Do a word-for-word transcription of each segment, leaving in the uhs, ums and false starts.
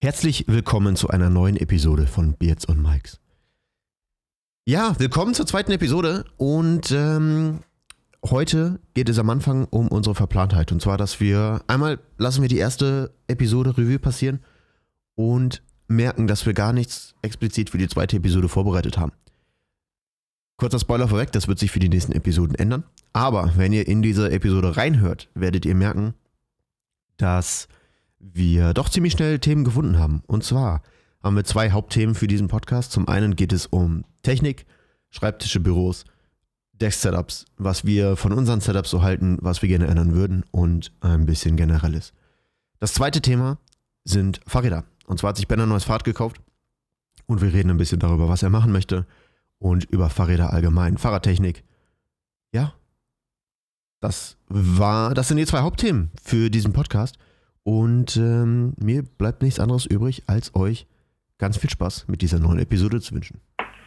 Herzlich willkommen zu einer neuen Episode von Beards und Mikes. Ja, willkommen zur zweiten Episode und ähm, heute geht es am Anfang um unsere Verplantheit. Und zwar, dass wir einmal lassen wir die erste Episode Revue passieren und merken, dass wir gar nichts explizit für die zweite Episode vorbereitet haben. Kurzer Spoiler vorweg, das wird sich für die nächsten Episoden ändern. Aber wenn ihr in diese Episode reinhört, werdet ihr merken, dass wir doch ziemlich schnell Themen gefunden haben. Und zwar haben wir zwei Hauptthemen für diesen Podcast. Zum einen geht es um Technik, Schreibtische, Büros, Desk-Setups, was wir von unseren Setups so halten, was wir gerne ändern würden und ein bisschen Generelles. Das zweite Thema sind Fahrräder. Und zwar hat sich Ben ein neues Fahrrad gekauft und wir reden ein bisschen darüber, was er machen möchte und über Fahrräder allgemein, Fahrradtechnik. Ja, das war, das sind die zwei Hauptthemen für diesen Podcast. Und ähm, mir bleibt nichts anderes übrig, als euch ganz viel Spaß mit dieser neuen Episode zu wünschen.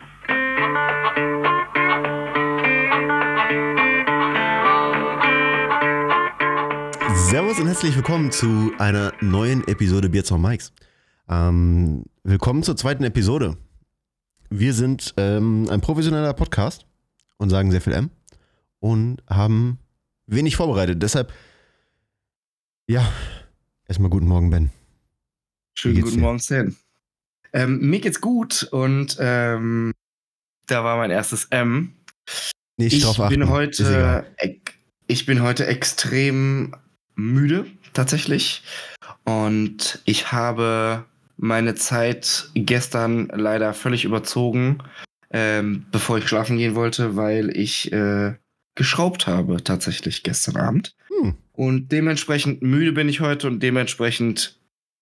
Servus und herzlich willkommen zu einer neuen Episode Beards und Mikes. Ähm, willkommen zur zweiten Episode. Wir sind ähm, ein professioneller Podcast und sagen sehr viel M und haben wenig vorbereitet. Deshalb, ja... Erstmal guten Morgen, Ben. Schönen guten dir? Morgen, Sam. Ähm, mir geht's gut und ähm, da war mein erstes M. Nicht ich drauf bin achten. heute, ich bin heute extrem müde, tatsächlich. Und ich habe meine Zeit gestern leider völlig überzogen, ähm, bevor ich schlafen gehen wollte, weil ich äh, geschraubt habe, tatsächlich gestern Abend. Hm. Und dementsprechend müde bin ich heute und dementsprechend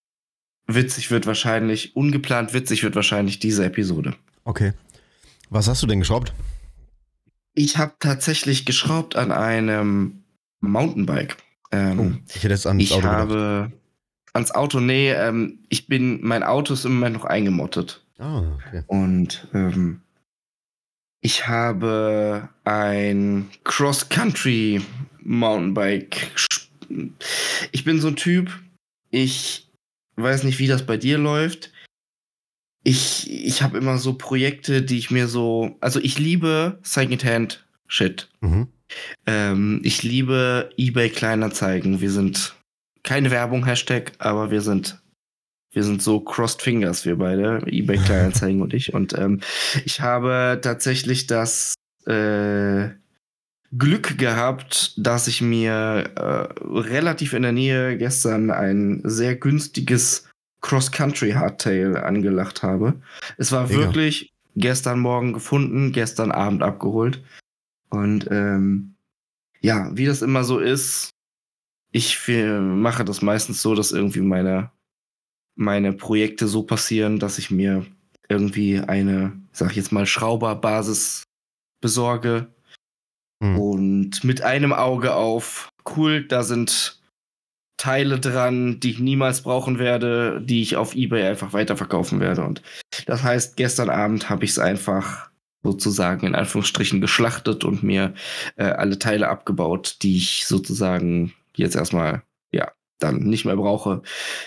witzig wird wahrscheinlich, ungeplant witzig wird wahrscheinlich diese Episode. Okay. Was hast du denn geschraubt? Ich habe tatsächlich geschraubt an einem Mountainbike. Ähm, oh, ich hätte jetzt ans ich Auto habe gedacht. ans Auto, nee, ähm, ich bin, mein Auto ist im Moment noch eingemottet. Ah, okay. Und ähm, ich habe ein Cross-Country Mountainbike. Ich bin so ein Typ, ich weiß nicht, wie das bei dir läuft. Ich, ich habe immer so Projekte, die ich mir so, also ich liebe Secondhand-Shit. Mhm. Ähm, ich liebe eBay Kleinanzeigen. Wir sind keine Werbung, Hashtag, aber wir sind wir sind so crossed fingers, wir beide, eBay Kleinanzeigen und ich. Und ähm, ich habe tatsächlich das äh, Glück gehabt, dass ich mir äh, relativ in der Nähe gestern ein sehr günstiges Cross-Country-Hardtail angelacht habe. Es war Mega. wirklich gestern Morgen gefunden, gestern Abend abgeholt. Und ähm, ja, wie das immer so ist, ich für, mache das meistens so, dass irgendwie meine, meine Projekte so passieren, dass ich mir irgendwie eine, sag ich jetzt mal, Schrauberbasis besorge. Hm. Und mit einem Auge auf, cool, da sind Teile dran, die ich niemals brauchen werde, die ich auf eBay einfach weiterverkaufen werde. Und das heißt, gestern Abend habe ich es einfach sozusagen in Anführungsstrichen geschlachtet und mir äh, alle Teile abgebaut, die ich sozusagen jetzt erstmal, ja, dann nicht mehr brauche.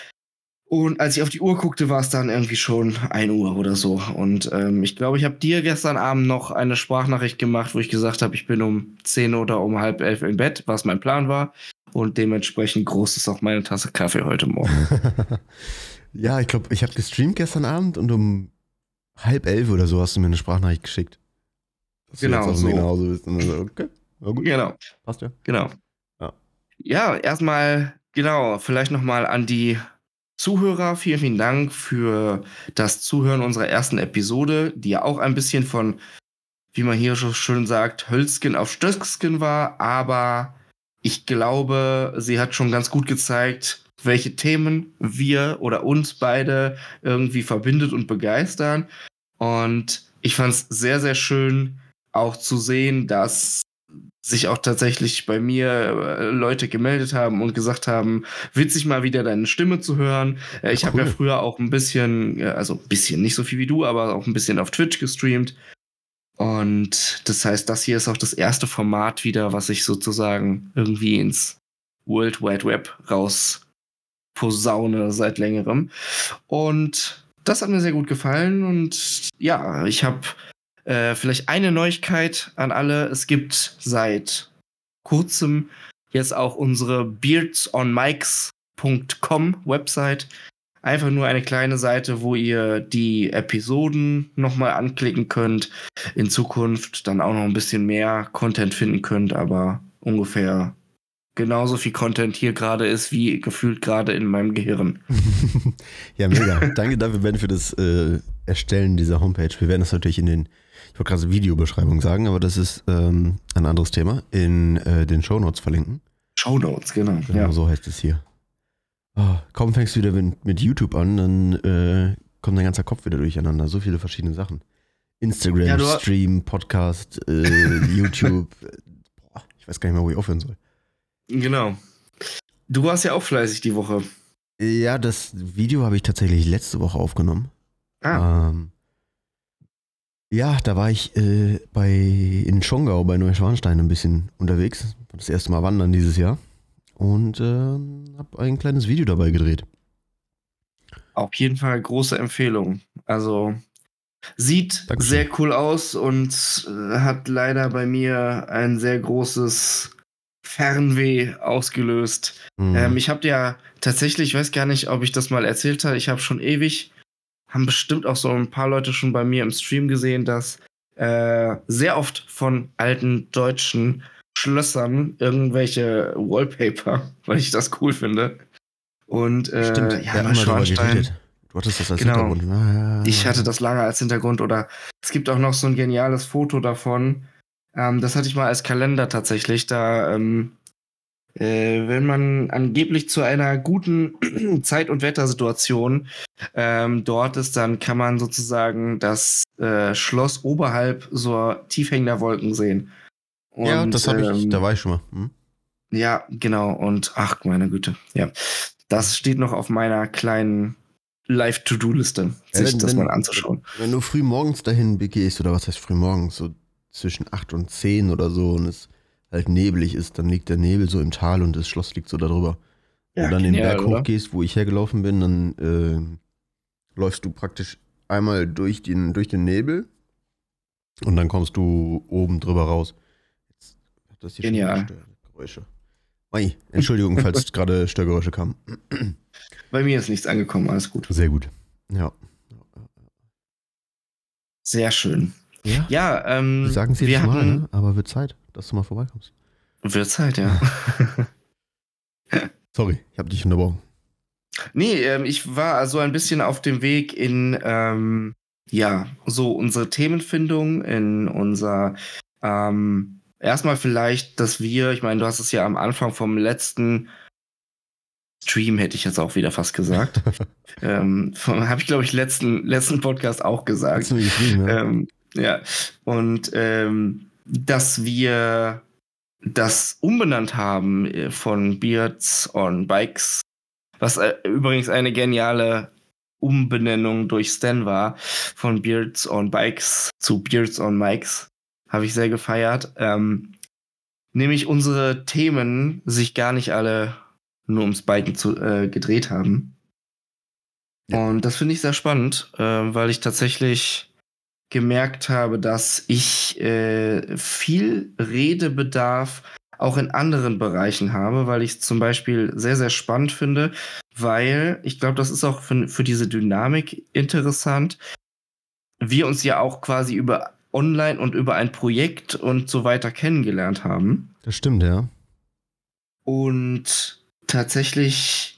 Und als ich auf die Uhr guckte, war es dann irgendwie schon ein Uhr oder so. Und ähm, ich glaube, ich habe dir gestern Abend noch eine Sprachnachricht gemacht, wo ich gesagt habe, ich bin um zehn oder um halb elf im Bett, was mein Plan war. Und dementsprechend groß ist auch meine Tasse Kaffee heute Morgen. Ja, ich glaube, ich habe gestreamt gestern Abend und um halb elf oder so hast du mir eine Sprachnachricht geschickt. Dass genau, du jetzt so. Nach Hause bist. Und so, okay, na gut. Genau. Passt ja. Genau. Ja, ja erstmal, genau, vielleicht nochmal an die Zuhörer, vielen, vielen Dank für das Zuhören unserer ersten Episode, die ja auch ein bisschen von, wie man hier so schön sagt, Hölzgen auf Stöcksken war, aber ich glaube, sie hat schon ganz gut gezeigt, welche Themen wir oder uns beide irgendwie verbindet und begeistern. Und ich fand es sehr, sehr schön, auch zu sehen, dass sich auch tatsächlich bei mir äh, Leute gemeldet haben und gesagt haben, witzig mal wieder deine Stimme zu hören. Äh, ich cool. habe ja früher auch ein bisschen, also ein bisschen, nicht so viel wie du, aber auch ein bisschen auf Twitch gestreamt. Und das heißt, das hier ist auch das erste Format wieder, was ich sozusagen irgendwie ins World Wide Web raus posaune seit längerem. Und das hat mir sehr gut gefallen. Und ja, ich habe äh, vielleicht eine Neuigkeit an alle. Es gibt seit kurzem jetzt auch unsere beards on mics punkt com Website. Einfach nur eine kleine Seite, wo ihr die Episoden nochmal anklicken könnt. In Zukunft dann auch noch ein bisschen mehr Content finden könnt, aber ungefähr genauso viel Content hier gerade ist, wie gefühlt gerade in meinem Gehirn. Ja, mega. Danke dafür, Ben, für das äh, Erstellen dieser Homepage. Wir werden das natürlich in den, ich wollte gerade Videobeschreibung sagen, aber das ist ähm, ein anderes Thema, in äh, den Shownotes verlinken. Shownotes, genau. Genau, ja. So heißt es hier. Oh, kaum fängst du wieder mit, mit YouTube an, dann äh, kommt dein ganzer Kopf wieder durcheinander. So viele verschiedene Sachen. Instagram, ja, Stream, Podcast, äh, YouTube. Boah, ich weiß gar nicht mehr, wo ich aufhören soll. Genau. Du warst ja auch fleißig die Woche. Ja, das Video habe ich tatsächlich letzte Woche aufgenommen. Ah. Ähm, ja, da war ich äh, bei in Schongau bei Neuschwanstein ein bisschen unterwegs. Das erste Mal wandern dieses Jahr. Und äh, habe ein kleines Video dabei gedreht. Auf jeden Fall große Empfehlung. Also sieht Dankeschön. Sehr cool aus und äh, hat leider bei mir ein sehr großes Fernweh ausgelöst. Mhm. Ähm, ich habe ja tatsächlich, ich weiß gar nicht, ob ich das mal erzählt habe, ich habe schon ewig, haben bestimmt auch so ein paar Leute schon bei mir im Stream gesehen, dass äh, sehr oft von alten deutschen Schlössern irgendwelche Wallpaper, weil ich das cool finde. Und äh, Stimmt, ja, Neuschwanstein. Du hattest das als genau. Hintergrund. Ah. Ich hatte das lange als Hintergrund. Oder es gibt auch noch so ein geniales Foto davon. Ähm, das hatte ich mal als Kalender tatsächlich. Da, ähm, äh, wenn man angeblich zu einer guten Zeit- und Wettersituation ähm, dort ist, dann kann man sozusagen das äh, Schloss oberhalb so tief hängender Wolken sehen. Und, ja, das habe ich, ähm, da war ich schon mal. Hm? Ja, genau. Und ach, meine Güte. Ja, das steht noch auf meiner kleinen Live-To-Do-Liste, ja, sich wenn, das wenn, mal anzuschauen. Wenn du früh morgens dahin gehst, oder was heißt früh morgens, so zwischen acht und zehn oder so, und es halt neblig ist, dann liegt der Nebel so im Tal und das Schloss liegt so darüber. Ja, wenn du dann den Berg oder? hochgehst, wo ich hergelaufen bin, dann äh, läufst du praktisch einmal durch den, durch den Nebel und dann kommst du oben drüber raus. Jetzt hat das hier Genial. schon Geräusche. Oi, Entschuldigung, falls gerade Störgeräusche kamen. Bei mir ist nichts angekommen, alles gut. Sehr gut, ja. Sehr schön. Ja, ja ähm, wir sagen es jedes Mal, ne? Aber wird Zeit, dass du mal vorbeikommst. Wird Zeit, ja. Sorry, ich habe dich unterbrochen. Nee, ähm, ich war also ein bisschen auf dem Weg in, ähm, ja, so unsere Themenfindung, in unser, ähm, erstmal vielleicht, dass wir, ich meine, du hast es ja am Anfang vom letzten Stream, hätte ich jetzt auch wieder fast gesagt. ähm, Habe ich, glaube ich, letzten, letzten Podcast auch gesagt. Hast du mir geschrieben, ja. Ähm, ja, und ähm, dass wir das umbenannt haben von Beards on Bikes, was äh, übrigens eine geniale Umbenennung durch Stan war, von Beards on Bikes zu Beards on Mics. Habe ich sehr gefeiert. Ähm, nämlich unsere Themen sich gar nicht alle nur ums Biken zu, äh, gedreht haben. Ja. Und das finde ich sehr spannend, äh, weil ich tatsächlich gemerkt habe, dass ich äh, viel Redebedarf auch in anderen Bereichen habe, weil ich es zum Beispiel sehr, sehr spannend finde, weil ich glaube, das ist auch für, für diese Dynamik interessant. Wir uns ja auch quasi über online und über ein Projekt und so weiter kennengelernt haben. Das stimmt, ja. Und tatsächlich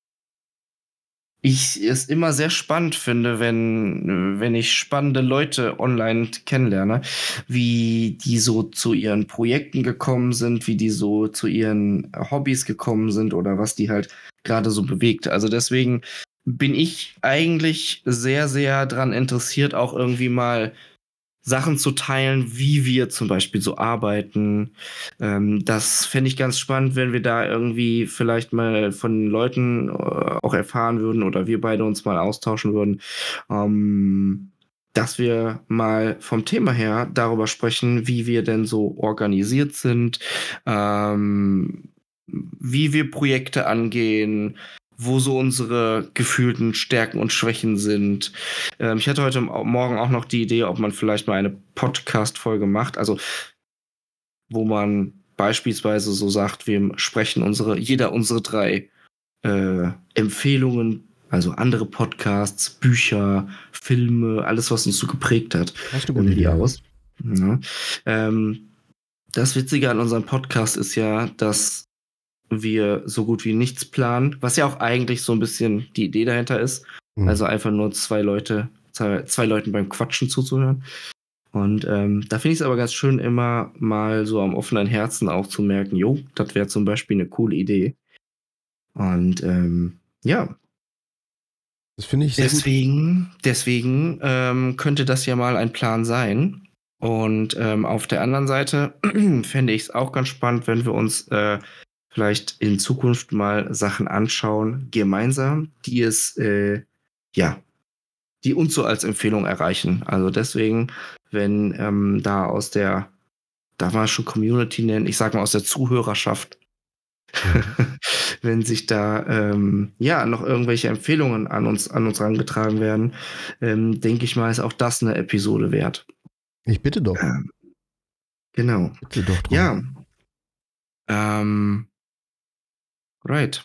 ich es immer sehr spannend finde, wenn, wenn ich spannende Leute online kennenlerne, wie die so zu ihren Projekten gekommen sind, wie die so zu ihren Hobbys gekommen sind oder was die halt gerade so bewegt. Also deswegen bin ich eigentlich sehr, sehr dran interessiert, auch irgendwie mal Sachen zu teilen, wie wir zum Beispiel so arbeiten. Ähm, das fände ich ganz spannend, wenn wir da irgendwie vielleicht mal von Leuten äh, auch erfahren würden oder wir beide uns mal austauschen würden, ähm, dass wir mal vom Thema her darüber sprechen, wie wir denn so organisiert sind, ähm, wie wir Projekte angehen, wo so unsere gefühlten Stärken und Schwächen sind. Ähm, ich hatte heute Morgen auch noch die Idee, ob man vielleicht mal eine Podcast-Folge macht, also wo man beispielsweise so sagt, wir sprechen unsere, jeder unsere drei äh, Empfehlungen, also andere Podcasts, Bücher, Filme, alles, was uns so geprägt hat, Das ist eine gute irgendwie Idee. aus. Ja. Ähm, das Witzige an unserem Podcast ist ja, dass wir so gut wie nichts planen, was ja auch eigentlich so ein bisschen die Idee dahinter ist. Mhm. Also einfach nur zwei Leute, zwei, zwei Leuten beim Quatschen zuzuhören. Und ähm, da finde ich es aber ganz schön, immer mal so am offenen Herzen auch zu merken, jo, das wäre zum Beispiel eine coole Idee. Und ähm, ja, Das finde ich sehr gut. deswegen, deswegen ähm, könnte das ja mal ein Plan sein. Und ähm, auf der anderen Seite fände ich es auch ganz spannend, wenn wir uns äh, vielleicht in Zukunft mal Sachen anschauen, gemeinsam, die es, äh, ja, die uns so als Empfehlung erreichen. Also deswegen, wenn ähm, da aus der, darf man schon Community nennen, ich sag mal aus der Zuhörerschaft, wenn sich da ähm, ja noch irgendwelche Empfehlungen an uns an uns herangetragen werden, ähm, denke ich mal, ist auch das eine Episode wert. Ich bitte doch. Ähm, genau. Bitte doch drum. Ja. Ähm, right.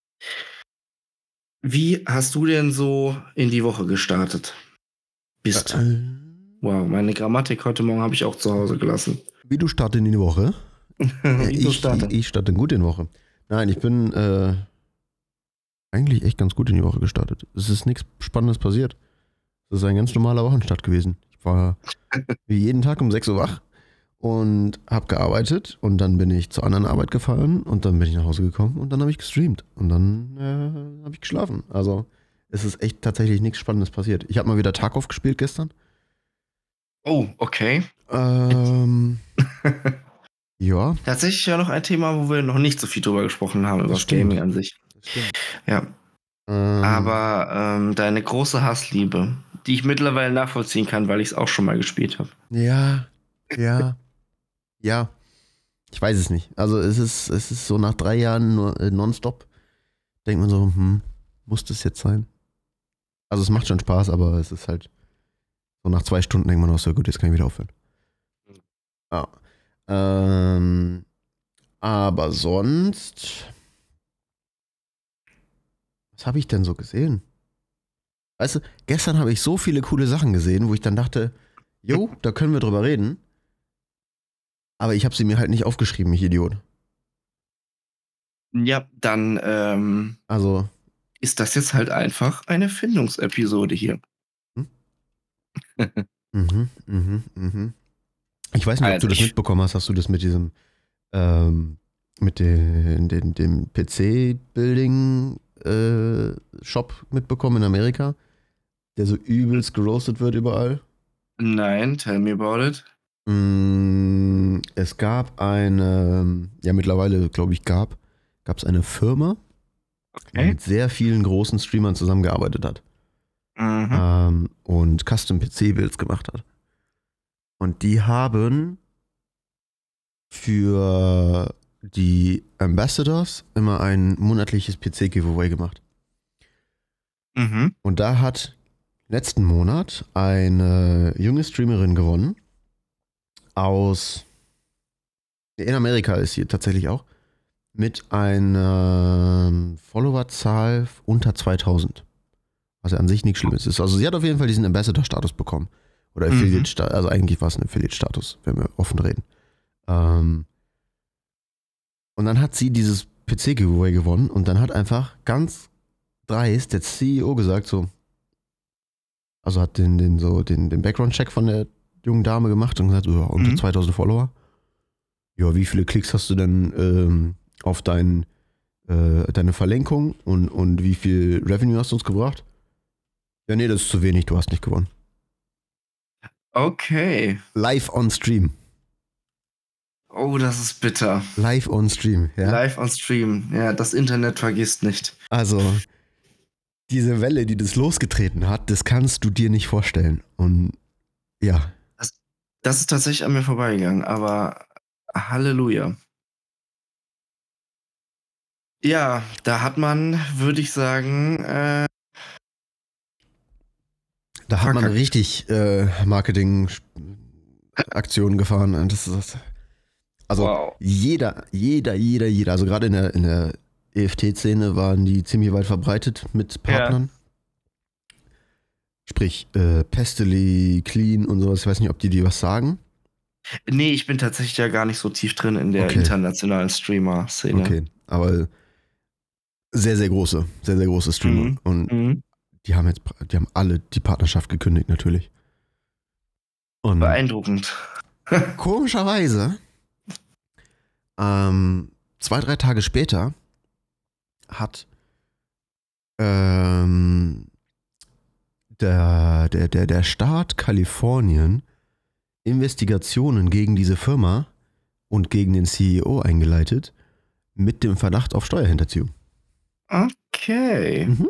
Wie hast du denn so in die Woche gestartet? Bist. Äh, Wow, meine Grammatik heute Morgen habe ich auch zu Hause gelassen. Wie du startest in die Woche? Wie du ich, startest. ich starte gut in die Woche. Nein, ich bin äh, eigentlich echt ganz gut in die Woche gestartet. Es ist nichts Spannendes passiert. Es ist ein ganz normaler Wochenstart gewesen. Ich war wie jeden Tag um sechs Uhr wach und habe gearbeitet und dann bin ich zur anderen Arbeit gefahren und dann bin ich nach Hause gekommen und dann habe ich gestreamt und dann äh, habe ich geschlafen. Also es ist echt tatsächlich nichts Spannendes passiert. Ich habe mal wieder Tarkov gespielt gestern. Oh, okay. Ähm, ja. Tatsächlich ja noch ein Thema, wo wir noch nicht so viel drüber gesprochen haben, über das stimmt. Gaming an sich. Das stimmt. Ja. Ähm, Aber ähm, deine große Hassliebe, die ich mittlerweile nachvollziehen kann, weil ich es auch schon mal gespielt habe. Ja, ja, ja. Ich weiß es nicht. Also es ist, es ist so nach drei Jahren nur, äh, nonstop, denkt man so, hm, muss das jetzt sein? Also es macht schon Spaß, aber es ist halt so nach zwei Stunden denkt man auch so, gut, jetzt kann ich wieder aufhören. Ja. Ähm, aber sonst, was habe ich denn so gesehen? Weißt du, gestern habe ich so viele coole Sachen gesehen, wo ich dann dachte, jo, da können wir drüber reden. Aber ich habe sie mir halt nicht aufgeschrieben, ich Idiot. Ja, dann ähm, Also, ist das jetzt halt einfach eine Findungsepisode hier. hm? mhm, mhm, mhm. Ich weiß nicht, ob Also du das ich- mitbekommen hast. Hast du das mit diesem, ähm, mit den, den, dem P C-Building-Shop mitbekommen in Amerika? Der so übelst geroastet wird überall? Nein, tell me about it. Mm, Es gab eine, ja mittlerweile glaube ich gab, gab es eine Firma, die Okay. mit sehr vielen großen Streamern zusammengearbeitet hat Mhm. ähm, und Custom-P C-Builds gemacht hat. Und die haben für die Ambassadors immer ein monatliches P C-Giveaway gemacht. Mhm. Und da hat letzten Monat eine junge Streamerin gewonnen aus, in Amerika ist sie tatsächlich auch, mit einer Followerzahl unter zweitausend. Was ja an sich nichts Schlimmes ist. Also sie hat auf jeden Fall diesen Ambassador-Status bekommen. Oder Mhm. Affiliate-Status, also eigentlich war es ein Affiliate-Status, wenn wir offen reden. Ähm, und dann hat sie dieses P C-Giveaway gewonnen und dann hat einfach ganz dreist der C E O gesagt so, also hat den, den, so, den, den Background-Check von der jungen Dame gemacht und gesagt, so, ja, unter Mhm. zweitausend Follower. Ja, wie viele Klicks hast du denn ähm, auf dein, äh, deine Verlinkung und, und wie viel Revenue hast du uns gebracht? Ja, nee, das ist zu wenig, du hast nicht gewonnen. Okay. Live on Stream. Oh, das ist bitter. Live on Stream, ja. Live on Stream. Ja, das Internet vergisst nicht. Also, diese Welle, die das losgetreten hat, das kannst du dir nicht vorstellen. Und ja, Das ist tatsächlich an mir vorbeigegangen, aber Halleluja. Ja, da hat man, würde ich sagen, äh, Da hat man verkackt. richtig äh, Marketing-Aktionen gefahren. Und das ist, also Wow. jeder, jeder, jeder, jeder, also gerade in der, in der E F T-Szene waren die ziemlich weit verbreitet mit Ja. Partnern. Sprich, äh, Pestily, Clean und sowas. Ich weiß nicht, ob die dir was sagen. Nee, ich bin tatsächlich ja gar nicht so tief drin in der Okay. internationalen Streamer-Szene. Okay, aber sehr, sehr große, sehr, sehr große Streamer. Mhm. Und Mhm. die haben jetzt, die haben alle die Partnerschaft gekündigt natürlich. Und Beeindruckend. komischerweise, ähm, zwei, drei Tage später hat ähm, der, der, der, der Staat Kalifornien Investigationen gegen diese Firma und gegen den C E O eingeleitet mit dem Verdacht auf Steuerhinterziehung. Okay. Mhm.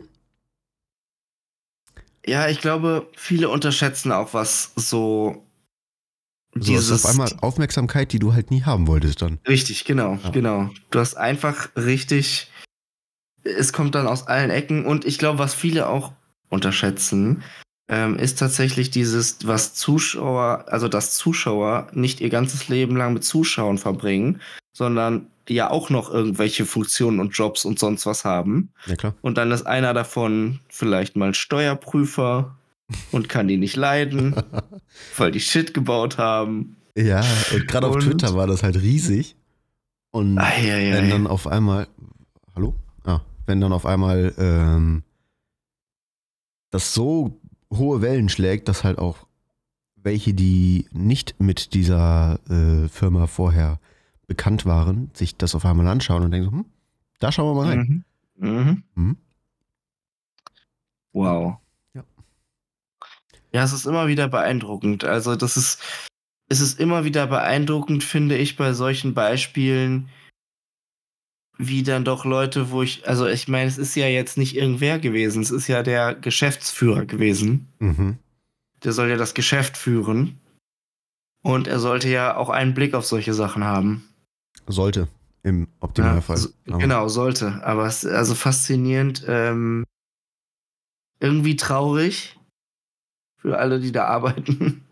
Ja, ich glaube, viele unterschätzen auch, was so So ist dieses. auf einmal Aufmerksamkeit, die du halt nie haben wolltest dann. Richtig, genau, Ja. genau. Du hast einfach richtig. Es kommt dann aus allen Ecken und ich glaube, was viele auch unterschätzen, ähm, ist tatsächlich dieses, was Zuschauer, also dass Zuschauer nicht ihr ganzes Leben lang mit Zuschauern verbringen, sondern ja auch noch irgendwelche Funktionen und Jobs und sonst was haben. Ja, klar. Und dann ist einer davon vielleicht mal Steuerprüfer und kann die nicht leiden, weil die Shit gebaut haben. Ja, und gerade auf Und- Twitter war das halt riesig. Und Ei, ei, wenn ei. dann auf einmal, hallo? Ah, wenn dann auf einmal ähm, das so hohe Wellen schlägt, dass halt auch welche, die nicht mit dieser äh, Firma vorher bekannt waren, sich das auf einmal anschauen und denken so, hm, da schauen wir mal rein. Mhm. Mhm. Mhm. Wow. Ja. Ja, es ist immer wieder beeindruckend. Also das ist, es ist immer wieder beeindruckend, finde ich, bei solchen Beispielen, wie dann doch Leute, wo ich, also ich meine, es ist ja jetzt nicht irgendwer gewesen, es ist ja der Geschäftsführer gewesen. Mhm. Der soll ja das Geschäft führen. Und er sollte ja auch einen Blick auf solche Sachen haben. Sollte, im Ja, Optimalfall. so, Aber genau, sollte. Aber es ist also faszinierend, ähm, irgendwie traurig für alle, die da arbeiten.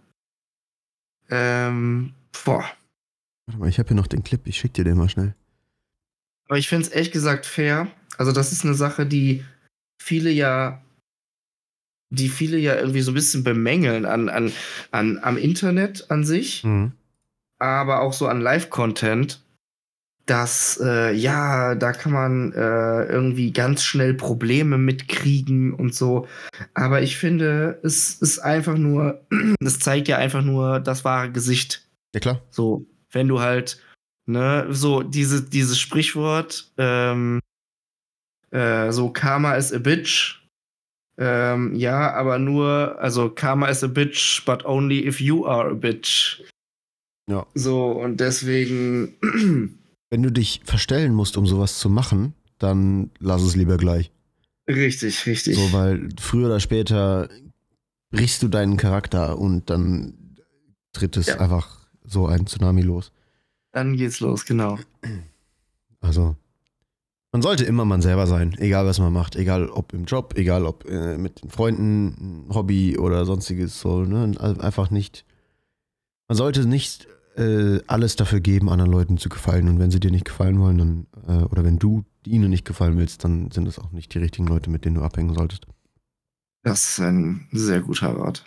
ähm, boah. Warte mal, ich habe hier noch den Clip, ich schick dir den mal schnell. Aber ich finde es ehrlich gesagt fair. Also, das ist eine Sache, die viele ja, die viele ja irgendwie so ein bisschen bemängeln an, an, an, am Internet an sich, Mhm. aber auch so an Live-Content, dass, äh, ja, da kann man äh, irgendwie ganz schnell Probleme mitkriegen und so. Aber ich finde, es ist einfach nur, es zeigt ja einfach nur das wahre Gesicht. Ja, klar. So, wenn du halt, ne, so diese, dieses Sprichwort, ähm, äh, so Karma is a bitch. Ähm, ja, aber nur, also Karma is a bitch, but only if you are a bitch. Ja. So, und deswegen, Wenn du dich verstellen musst, um sowas zu machen, dann lass es lieber gleich. richtig, richtig. So, weil früher oder später brichst du deinen Charakter und dann tritt es Ja. einfach so ein Tsunami los. Dann geht's los, genau. Also, man sollte immer man selber sein, egal was man macht, egal ob im Job, egal ob äh, mit den Freunden, Hobby oder sonstiges, so, ne? Also einfach nicht, man sollte nicht äh, alles dafür geben, anderen Leuten zu gefallen, und wenn sie dir nicht gefallen wollen, dann, äh, oder wenn du ihnen nicht gefallen willst, dann sind es auch nicht die richtigen Leute, mit denen du abhängen solltest. Das ist ein sehr guter Rat.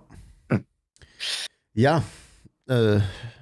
Ja, äh,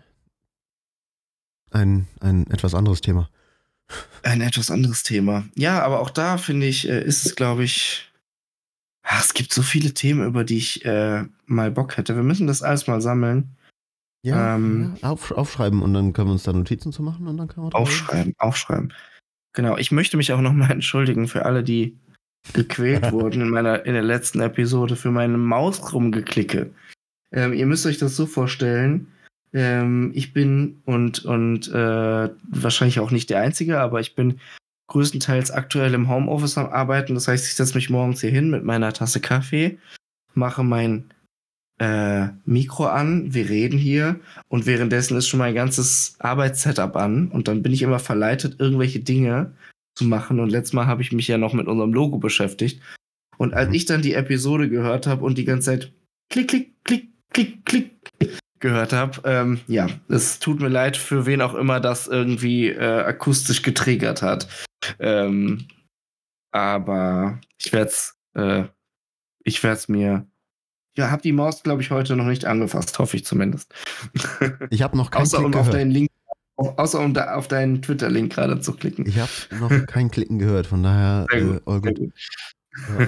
ein, ein etwas anderes Thema. Ein etwas anderes Thema. Ja, aber auch da finde ich, äh, ist es, glaube ich, ach, es gibt so viele Themen, über die ich äh, mal Bock hätte. Wir müssen das alles mal sammeln. Ja, Ähm, ja auf, aufschreiben, und dann können wir uns da Notizen zu machen und dann können wir drüber reden. Aufschreiben, aufschreiben. Genau, ich möchte mich auch nochmal entschuldigen für alle, die gequält wurden in meiner in der letzten Episode für meine Maus rumgeklicke. Ähm, ihr müsst euch das so vorstellen, ähm, ich bin und, und äh, wahrscheinlich auch nicht der Einzige, aber ich bin größtenteils aktuell im Homeoffice am Arbeiten. Das heißt, ich setze mich morgens hier hin mit meiner Tasse Kaffee, mache mein äh, Mikro an, wir reden hier und währenddessen ist schon mein ganzes Arbeitssetup an und dann bin ich immer verleitet, irgendwelche Dinge zu machen. Und letztes Mal habe ich mich ja noch mit unserem Logo beschäftigt. Und als Mhm. ich dann die Episode gehört habe und die ganze Zeit klick, klick, klick, klick, klick gehört habe, ähm, ja, es tut mir leid, für wen auch immer das irgendwie äh, akustisch getriggert hat. Ähm, aber ich werde es äh, ich werde es mir ja, hab die Maus, glaube ich, heute noch nicht angefasst, hoffe ich zumindest. Ich habe noch keinen außer Klick um auf gehört. deinen Link, außer um da auf deinen Twitter-Link gerade zu klicken. Ich habe noch kein Klicken gehört, von daher Sehr gut, äh, all sehr gut. gut. Ja.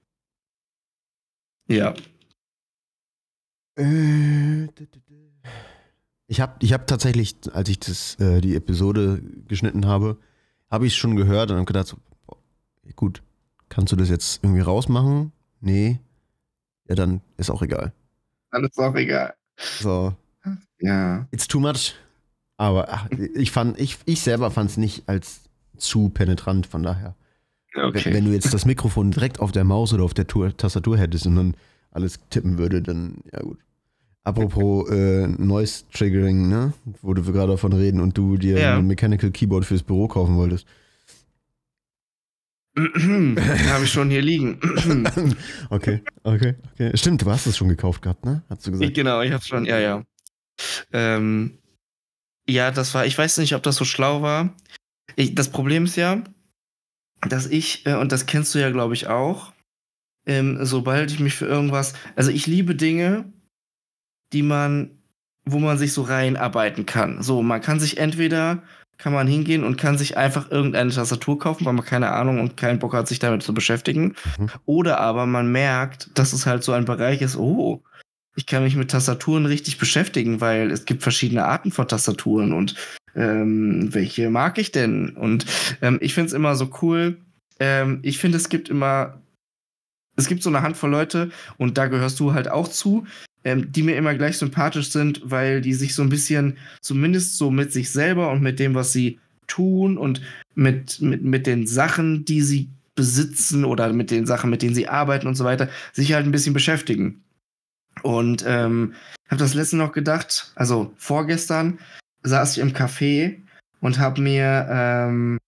Ja. Äh, Ich habe ich hab tatsächlich, als ich das, äh, die Episode geschnitten habe, habe ich es schon gehört und habe gedacht, so, boah, gut, kannst du das jetzt irgendwie rausmachen? Nee. Ja, dann ist auch egal. Dann ist auch egal. So, Ja. it's too much. Aber ach, ich fand, ich, ich selber fand es nicht als zu penetrant, von daher. Okay. Wenn, wenn du jetzt das Mikrofon direkt auf der Maus oder auf der Tour, Tastatur hättest und dann alles tippen würde, dann, ja gut. Apropos äh, Noise Triggering, ne? Wo wir gerade davon reden und du dir Ja. ein Mechanical Keyboard fürs Büro kaufen wolltest. Habe ich schon hier liegen. Okay, okay, okay. Stimmt, du hast es schon gekauft gehabt, ne? Hast du gesagt. Genau, ich hab's schon, ja, ja. Ähm, ja, das war, ich weiß nicht, ob das so schlau war. Ich, das Problem ist ja, dass ich, äh, und das kennst du ja, glaube ich, auch, ähm, sobald ich mich für irgendwas, also ich liebe Dinge, die man, wo man sich so reinarbeiten kann. So, man kann sich entweder, kann man hingehen und kann sich einfach irgendeine Tastatur kaufen, weil man keine Ahnung und keinen Bock hat, sich damit zu beschäftigen. Mhm. Oder aber man merkt, dass es halt so ein Bereich ist, oh, ich kann mich mit Tastaturen richtig beschäftigen, weil es gibt verschiedene Arten von Tastaturen und ähm, welche mag ich denn? Und ähm, ich finde es immer so cool. Ähm, ich finde, es gibt immer, es gibt so eine Handvoll Leute, und da gehörst du halt auch zu, ähm, die mir immer gleich sympathisch sind, weil die sich so ein bisschen, zumindest so mit sich selber und mit dem, was sie tun und mit, mit, mit den Sachen, die sie besitzen oder mit den Sachen, mit denen sie arbeiten und so weiter, sich halt ein bisschen beschäftigen. Und ähm, habe das letzte noch gedacht, also vorgestern saß ich im Café und habe mir ähm,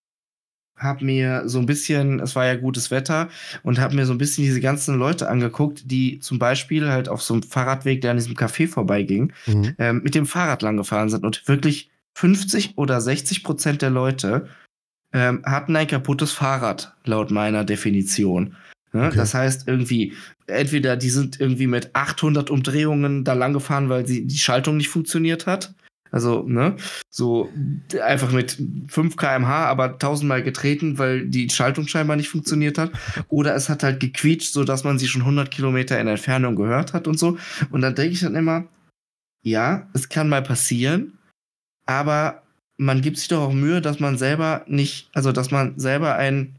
hab mir so ein bisschen, es war ja gutes Wetter, und habe mir so ein bisschen diese ganzen Leute angeguckt, die zum Beispiel halt auf so einem Fahrradweg, der an diesem Café vorbeiging, Mhm. ähm, mit dem Fahrrad lang gefahren sind. Und wirklich fünfzig oder sechzig Prozent der Leute ähm, hatten ein kaputtes Fahrrad, laut meiner Definition. Ne? Okay. Das heißt irgendwie, entweder die sind irgendwie mit achthundert Umdrehungen da lang gefahren, weil sie, die Schaltung nicht funktioniert hat. Also, ne, so einfach mit fünf Kilometer pro Stunde, aber tausendmal getreten, weil die Schaltung scheinbar nicht funktioniert hat. Oder es hat halt gequietscht, sodass man sie schon hundert Kilometer in Entfernung gehört hat und so. Und dann denke ich dann immer, ja, es kann mal passieren, aber man gibt sich doch auch Mühe, dass man selber nicht, also dass man selber ein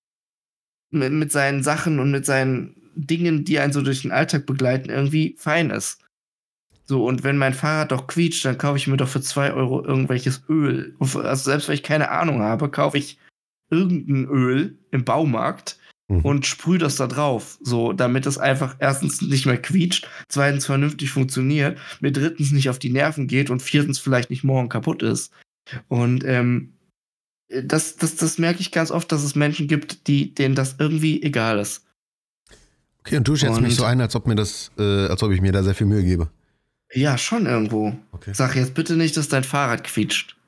mit, mit seinen Sachen und mit seinen Dingen, die einen so durch den Alltag begleiten, irgendwie fein ist. So, und wenn mein Fahrrad doch quietscht, dann kaufe ich mir doch für zwei Euro irgendwelches Öl. Also selbst wenn ich keine Ahnung habe, kaufe ich irgendein Öl im Baumarkt Mhm. und sprühe das da drauf. So, damit es einfach erstens nicht mehr quietscht, zweitens vernünftig funktioniert, mir drittens nicht auf die Nerven geht und viertens vielleicht nicht morgen kaputt ist. Und ähm, das, das, das merke ich ganz oft, dass es Menschen gibt, die, denen das irgendwie egal ist. Okay, und du schätzt mich Und- so ein, als ob mir das, äh, als ob ich mir da sehr viel Mühe gebe. Ja, schon irgendwo. Okay. Sag jetzt bitte nicht, dass dein Fahrrad quietscht.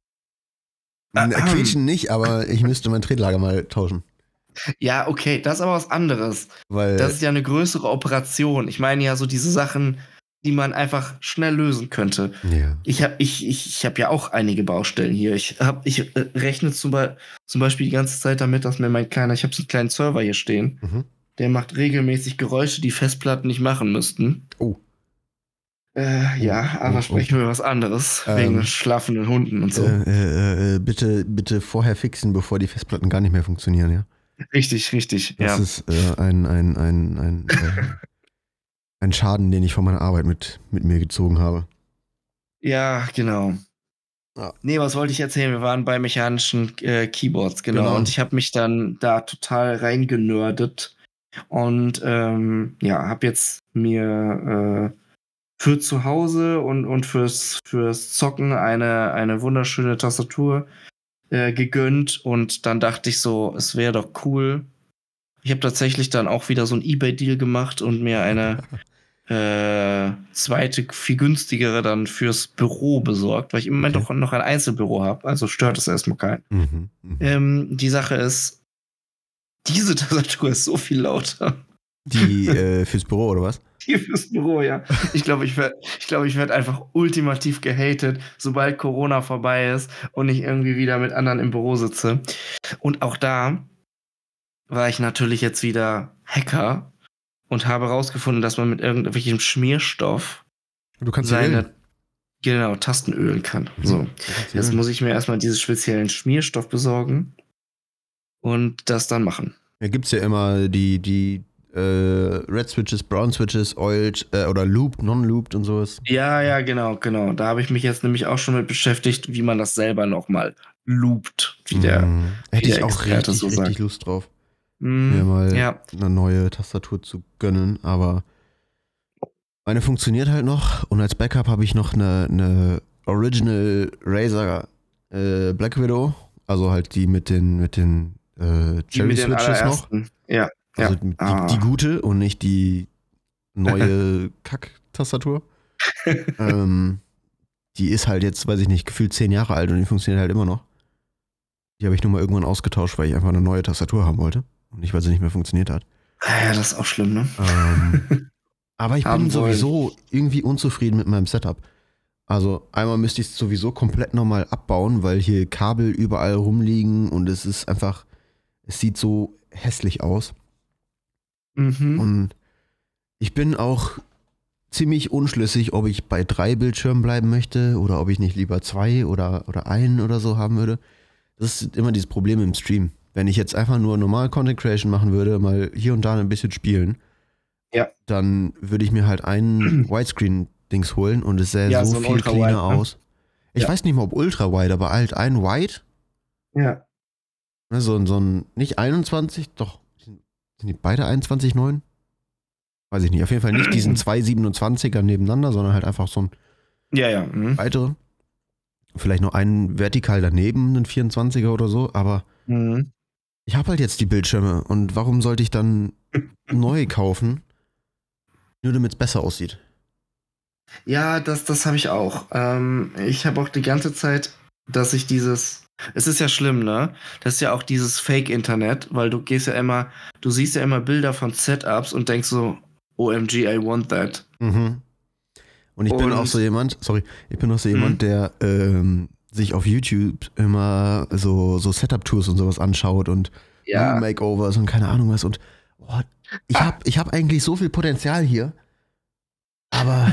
N- Ahem. Quietschen nicht, aber ich müsste mein Tretlager mal tauschen. Ja, okay, das ist aber was anderes. Weil, Das ist ja eine größere Operation. Ich meine ja so diese Sachen, die man einfach schnell lösen könnte. ja. Ich habe ich, ich, ich hab ja auch einige Baustellen hier. Ich, hab, ich äh, rechne zum, Be- zum Beispiel die ganze Zeit damit, dass mir mein kleiner, ich habe so einen kleinen Server hier stehen, Mhm. der macht regelmäßig Geräusche, die Festplatten nicht machen müssten. Oh. Äh, ja, Oh, aber oh, sprechen wir über was anderes. Ähm, wegen schlafenden Hunden und so. Äh, äh, äh, bitte, bitte vorher fixen, bevor die Festplatten gar nicht mehr funktionieren, ja? Richtig, richtig. Das Ja. ist äh, ein, ein, ein, ein, äh, ein Schaden, den ich von meiner Arbeit mit, mit mir gezogen habe. Ja, genau. Ja. Nee, was wollte ich erzählen? Wir waren bei mechanischen äh, Keyboards, genau. Genau. Und ich habe mich dann da total reingenördet. Und ähm, ja, habe jetzt mir äh, für zu Hause und, und fürs, fürs Zocken eine, eine wunderschöne Tastatur äh, gegönnt und dann dachte ich so, es wäre doch cool. Ich habe tatsächlich dann auch wieder so ein eBay-Deal gemacht und mir eine äh, zweite, viel günstigere dann fürs Büro besorgt, weil ich im Moment Okay. auch noch ein Einzelbüro habe, also stört es erstmal keinen. Mhm. Mhm. Ähm, die Sache ist, diese Tastatur ist so viel lauter. Die äh, fürs Büro, oder was? Hier fürs Büro, ja. Ich glaube, ich werde ich glaub, ich werd einfach ultimativ gehatet, sobald Corona vorbei ist und ich irgendwie wieder mit anderen im Büro sitze. Und auch da war ich natürlich jetzt wieder Hacker und habe herausgefunden, dass man mit irgendwelchem Schmierstoff Du kannst ja seine genau, Tasten ölen kann. Mhm. So, Du kannst jetzt wählen. muss ich mir erstmal diesen speziellen Schmierstoff besorgen und das dann machen. Da gibt es ja immer die, die äh, Red Switches, Brown Switches, Oiled äh, oder Looped, Non-Looped und sowas. Ja, ja, genau, genau. Da habe ich mich jetzt nämlich auch schon mit beschäftigt, wie man das selber nochmal loopt, wie der, Mhm. wie Hätte der ich auch Experte richtig, so richtig sagt. Lust drauf, Mm, mir mal ja, eine neue Tastatur zu gönnen, aber meine funktioniert halt noch und als Backup habe ich noch eine, eine Original Razer äh, Black Widow, also halt die mit den, mit den äh, die mit Cherry den Switches noch. allerersten. Ja, Also ja. die, Ah. die gute und nicht die neue Kack-Tastatur. ähm, die ist halt jetzt, weiß ich nicht, gefühlt zehn Jahre alt und die funktioniert halt immer noch. Die habe ich nur mal irgendwann ausgetauscht, weil ich einfach eine neue Tastatur haben wollte. Und nicht, weil sie nicht mehr funktioniert hat. Ja, das ist auch schlimm, ne? Ähm, aber ich Haben bin wollen. sowieso irgendwie unzufrieden mit meinem Setup. Also einmal müsste ich es sowieso komplett nochmal abbauen, weil hier Kabel überall rumliegen und es ist einfach, es sieht so hässlich aus. Mhm. Und ich bin auch ziemlich unschlüssig, ob ich bei drei Bildschirmen bleiben möchte oder ob ich nicht lieber zwei oder, oder einen oder so haben würde. Das ist immer dieses Problem im Stream. Wenn ich jetzt einfach nur normal Content Creation machen würde, mal hier und da ein bisschen spielen, Ja. dann würde ich mir halt einen Widescreen-Dings holen und es sähe Ja, so, so ein viel Ultra-Wide, cleaner ne? aus. Ich Ja. weiß nicht mal, ob Ultra-Wide, aber halt ein Wide, Ja. ne, so, ein- so ein, nicht einundzwanzig, doch, sind sind die beide einundzwanzig Komma neun? Weiß ich nicht, auf jeden Fall nicht diesen zwei siebenundzwanziger nebeneinander, sondern halt einfach so ein Ja, ja. Mhm. weitere. Vielleicht noch einen vertikal daneben, einen vierundzwanziger oder so, aber Mhm. ich habe halt jetzt die Bildschirme und warum sollte ich dann neu kaufen, nur damit es besser aussieht? Ja, das, das habe ich auch. Ähm, ich habe auch die ganze Zeit, dass ich dieses. Es ist ja schlimm, ne? Das ist ja auch dieses Fake-Internet, weil du gehst ja immer, du siehst ja immer Bilder von Setups und denkst so, O M G, I want that. Mhm. Und ich bin auch Und- so jemand, sorry, ich bin auch so jemand, Mhm. der ähm, sich auf YouTube immer so, so Setup-Tours und sowas anschaut und Ja. Room-Makeovers und keine Ahnung was. Und oh, ich Ah. habe ich hab eigentlich so viel Potenzial hier, aber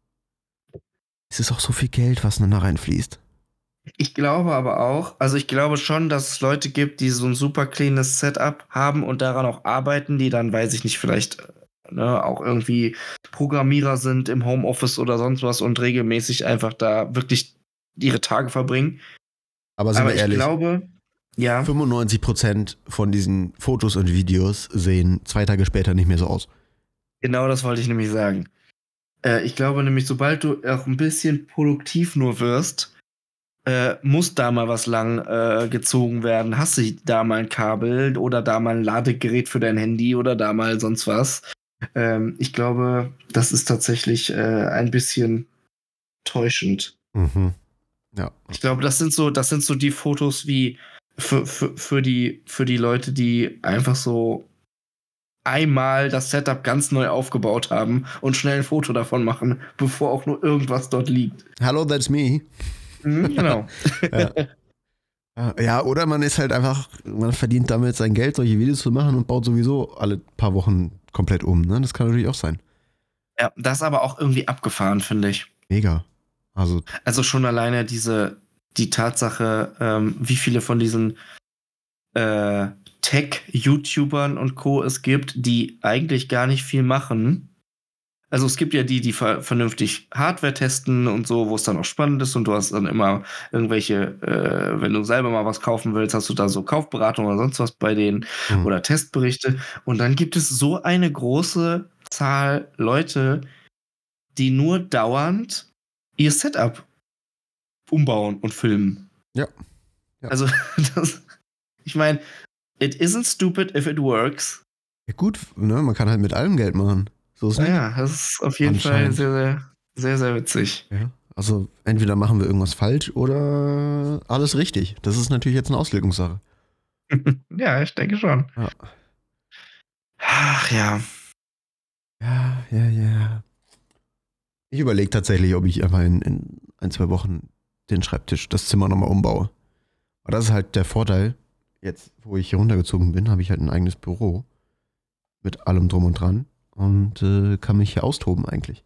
es ist auch so viel Geld, was dann da reinfließt. Ich glaube aber auch, also ich glaube schon, dass es Leute gibt, die so ein super cleanes Setup haben und daran auch arbeiten, die dann, weiß ich nicht, vielleicht ne, auch irgendwie Programmierer sind im Homeoffice oder sonst was und regelmäßig einfach da wirklich ihre Tage verbringen. Aber sind Aber wir ich ehrlich, glaube, ja, fünfundneunzig Prozent von diesen Fotos und Videos sehen zwei Tage später nicht mehr so aus. genau das wollte ich nämlich sagen. Äh, ich glaube nämlich, sobald du auch ein bisschen produktiv nur wirst, äh, muss da mal was lang äh, gezogen werden. Hast du da mal ein Kabel oder da mal ein Ladegerät für dein Handy oder da mal sonst was? Ähm, ich glaube, das ist tatsächlich äh, ein bisschen täuschend. Mhm. Ja. Ich glaube, das sind so, das sind so die Fotos wie für, für, für, die, für die Leute, die einfach so einmal das Setup ganz neu aufgebaut haben und schnell ein Foto davon machen, bevor auch nur irgendwas dort liegt. Hello, that's me. Mhm, genau. Ja. Ja, oder man ist halt einfach, man verdient damit sein Geld, solche Videos zu machen und baut sowieso alle paar Wochen komplett um. Ne? Das kann natürlich auch sein. Ja, das ist aber auch irgendwie abgefahren, finde ich. Mega. Also, Also schon alleine diese, die Tatsache, ähm, wie viele von diesen äh, Tech-YouTubern und Co. es gibt, die eigentlich gar nicht viel machen. Also es gibt ja die, die ver vernünftig Hardware testen und so, wo es dann auch spannend ist und du hast dann immer irgendwelche, äh, wenn du selber mal was kaufen willst, hast du da so Kaufberatung oder sonst was bei denen mhm. oder Testberichte. Und dann gibt es so eine große Zahl Leute, die nur dauernd ihr Setup umbauen und filmen. Ja. Ja. Also, das, ich meine, it isn't stupid if it works. Ja gut, ne? Man kann halt mit allem Geld machen. So ist nicht. Naja, das ist auf jeden Fall sehr, sehr, sehr, sehr witzig. Ja. Also entweder machen wir irgendwas falsch oder alles richtig. Das ist natürlich jetzt eine Auslegungssache. Ja, ich denke schon. Ja. Ach ja. Ja, ja, ja. Ich überlege tatsächlich, ob ich einfach in, in ein, zwei Wochen den Schreibtisch, das Zimmer nochmal umbaue. Aber das ist halt der Vorteil. Jetzt, wo ich hier runtergezogen bin, habe ich halt ein eigenes Büro. Mit allem drum und dran. Und äh, kann mich hier austoben eigentlich.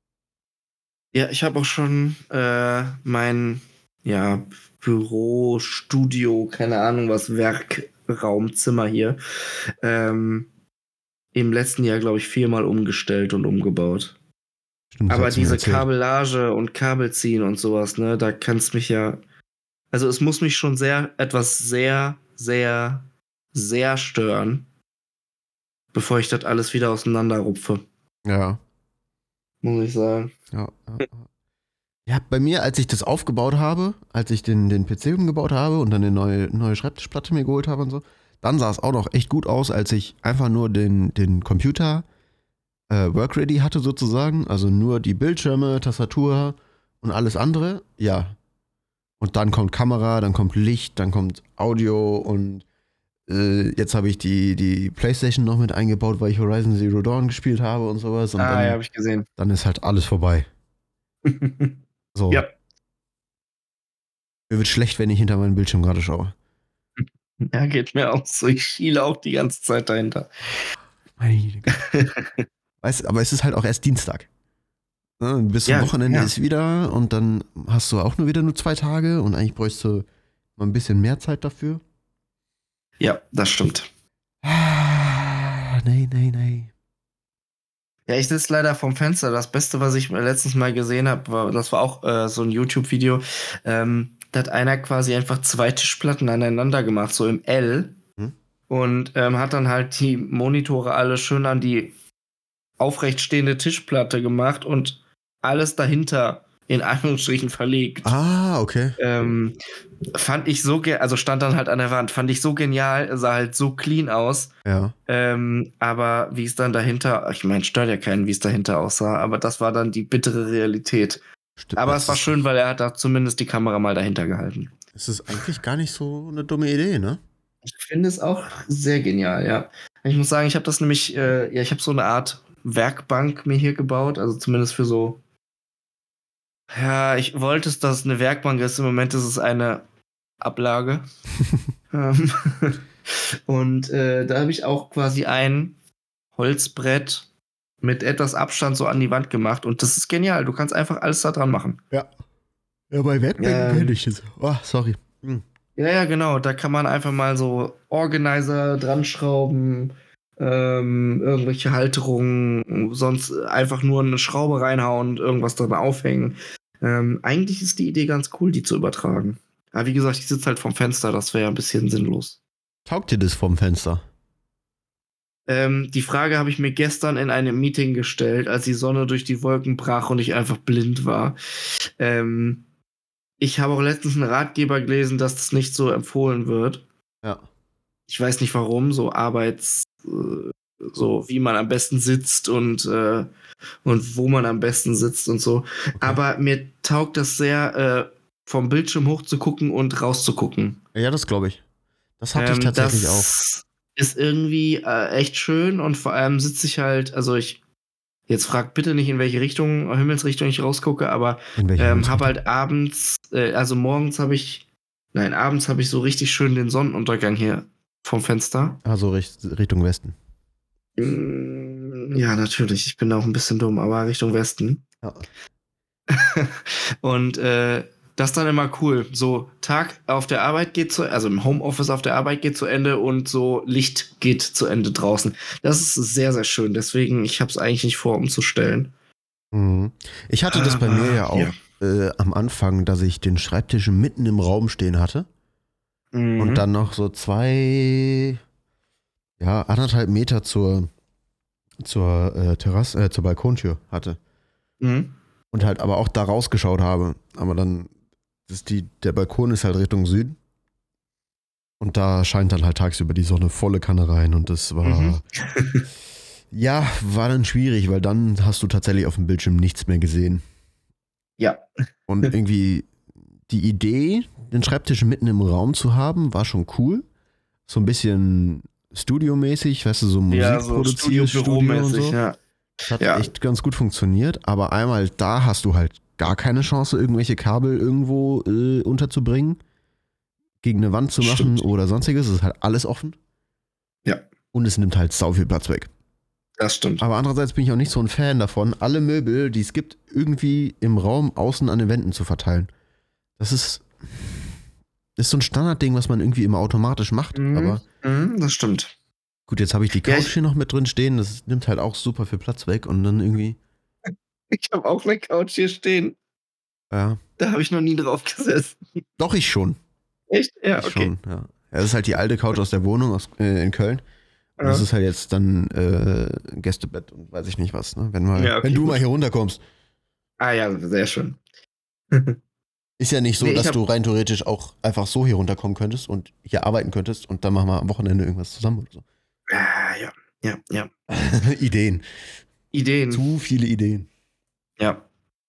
Ja, ich habe auch schon äh, mein ja, Büro, Studio, keine Ahnung was, Werkraumzimmer hier ähm, im letzten Jahr, glaube ich, viermal umgestellt und umgebaut. Stimmt, das Aber hast du mir diese erzählt. Kabellage und Kabel ziehen und sowas, ne, da kannst mich ja. Also es muss mich schon sehr, etwas sehr, sehr, sehr stören, bevor ich das alles wieder auseinanderrupfe, Ja. muss ich sagen. Ja, ja, ja. Ja, bei mir, als ich das aufgebaut habe, als ich den, den P C umgebaut habe und dann eine neue, neue Schreibtischplatte mir geholt habe und so, dann sah es auch noch echt gut aus, als ich einfach nur den, den Computer äh, work-ready hatte sozusagen, also nur die Bildschirme, Tastatur und alles andere, ja. Und dann kommt Kamera, dann kommt Licht, dann kommt Audio und äh, jetzt habe ich die, die Playstation noch mit eingebaut, weil ich Horizon Zero Dawn gespielt habe und sowas und Ah, dann, ja, habe ich gesehen. dann ist halt alles vorbei. So. Ja. Mir wird schlecht, wenn ich hinter meinen Bildschirm gerade schaue. Ja, geht mir auch so. Ich schiele auch die ganze Zeit dahinter. Meine Güte. Weißt, aber es ist halt auch erst Dienstag. Ne, bis zum Ja, Wochenende ja. ist wieder und dann hast du auch nur wieder nur zwei Tage und eigentlich bräuchst du mal ein bisschen mehr Zeit dafür. Ja, das stimmt. Ah, nee, nee, nee. Ja, ich sitze leider vorm Fenster. Das Beste, was ich letztens mal gesehen habe, war, das war auch äh, so ein YouTube-Video. Ähm, da hat einer quasi einfach zwei Tischplatten aneinander gemacht, so im L. Hm? Und ähm, hat dann halt die Monitore alle schön an die aufrecht stehende Tischplatte gemacht und alles dahinter in Anführungsstrichen verlegt. Ah, okay. Ähm, fand ich so, ge also stand dann halt an der Wand, fand ich so genial, sah halt so clean aus. Ja. Ähm, aber wie es dann dahinter, ich meine, stört ja keinen, wie es dahinter aussah, aber das war dann die bittere Realität. Stimmt. Aber Das es war ist- schön, weil er hat da zumindest die Kamera mal dahinter gehalten. Es ist eigentlich gar nicht so eine dumme Idee, ne? Ich finde es auch sehr genial, ja. Ich muss sagen, ich habe das nämlich, äh, ja, ich habe so eine Art Werkbank mir hier gebaut, also zumindest für so. Ja, ich wollte es, dass es eine Werkbank ist. Im Moment ist es eine Ablage. Ähm, und äh, da habe ich auch quasi ein Holzbrett mit etwas Abstand so an die Wand gemacht. Und das ist genial. Du kannst einfach alles da dran machen. Ja. Ja, bei Werkbänken Ähm. kenne ich das. Oh, sorry. Hm. Ja, ja, genau. Da kann man einfach mal so Organizer dran schrauben, ähm, irgendwelche Halterungen, sonst einfach nur eine Schraube reinhauen und irgendwas dran aufhängen. Ähm, eigentlich ist die Idee ganz cool, die zu übertragen. Aber wie gesagt, ich sitze halt vom Fenster, das wäre ja ein bisschen sinnlos. Taugt dir das vom Fenster? Ähm, die Frage habe ich mir gestern in einem Meeting gestellt, als die Sonne durch die Wolken brach und ich einfach blind war. Ähm, ich habe auch letztens einen Ratgeber gelesen, dass das nicht so empfohlen wird. Ja. Ich weiß nicht warum, so Arbeits, äh, so wie man am besten sitzt und, äh, und wo man am besten sitzt und so. Okay. Aber mir taugt das sehr, äh, vom Bildschirm hoch zu gucken und rauszugucken. Ja, das glaube ich. Das hatte ich Ähm, tatsächlich auch. das ist irgendwie äh, echt schön und vor allem sitze ich halt, also ich, jetzt fragt bitte nicht, in welche Richtung, Himmelsrichtung ich rausgucke, aber In welche ähm, Himmelsrichtung? habe halt abends, äh, also morgens habe ich, nein, abends habe ich so richtig schön den Sonnenuntergang hier vom Fenster. Also Richt- Richtung Westen. Mm, Ja, natürlich, ich bin auch ein bisschen dumm, aber Richtung Westen. Ja. Und äh, das ist dann immer cool. So, Tag auf der Arbeit geht zu, also im Homeoffice auf der Arbeit geht zu Ende und so Licht geht zu Ende draußen. Das ist sehr, sehr schön. Deswegen, ich habe es eigentlich nicht vor, umzustellen. Mhm. Ich hatte das bei Aber, mir ja auch ja. Äh, am Anfang, dass ich den Schreibtisch mitten im Raum stehen hatte Mhm. und dann noch so zwei, ja, anderthalb Meter zur, zur äh, Terrasse, äh, zur Balkontür hatte. Mhm. Und halt aber auch da rausgeschaut habe. Aber dann ist die, der Balkon ist halt Richtung Süden. Und da scheint dann halt tagsüber die Sonne volle Kanne rein und das war, Mhm. ja, war dann schwierig, weil dann hast du tatsächlich auf dem Bildschirm nichts mehr gesehen. Ja. Und irgendwie die Idee, den Schreibtisch mitten im Raum zu haben, war schon cool. So ein bisschen studiomäßig, weißt du, so Ja, so Musikproduzierstudio und Studio-Büromäßig, so. ja. Das hat Ja. echt ganz gut funktioniert, aber einmal da hast du halt gar keine Chance, irgendwelche Kabel irgendwo äh, unterzubringen, gegen eine Wand zu machen Stimmt. oder sonstiges. Es ist halt alles offen. Ja. Und es nimmt halt sau viel Platz weg. Das stimmt. Aber andererseits bin ich auch nicht so ein Fan davon, alle Möbel, die es gibt, irgendwie im Raum außen an den Wänden zu verteilen. Das ist, das ist so ein Standardding, was man irgendwie immer automatisch macht. Mhm. Aber Mhm, das stimmt. gut, jetzt habe ich die Ja, Couch ich- hier noch mit drin stehen. Das nimmt halt auch super viel Platz weg. Und dann irgendwie, Ich habe auch eine Couch hier stehen. ja. Da habe ich noch nie drauf gesessen. Doch, ich schon. Echt? Ja, Ich okay. schon, ja. Ja, das ist halt die alte Couch aus der Wohnung aus, äh, in Köln. Und Ja. das ist halt jetzt dann äh, Gästebett und weiß ich nicht was, ne? Wenn, mal, Ja, okay, wenn du gut. mal hier runterkommst. Ah ja, sehr schön. Ist ja nicht so, Nee, ich dass hab- du rein theoretisch auch einfach so hier runterkommen könntest und hier arbeiten könntest und dann machen wir am Wochenende irgendwas zusammen oder so. Ah, ja, ja, ja. Ideen. Ideen. Zu viele Ideen. Ja.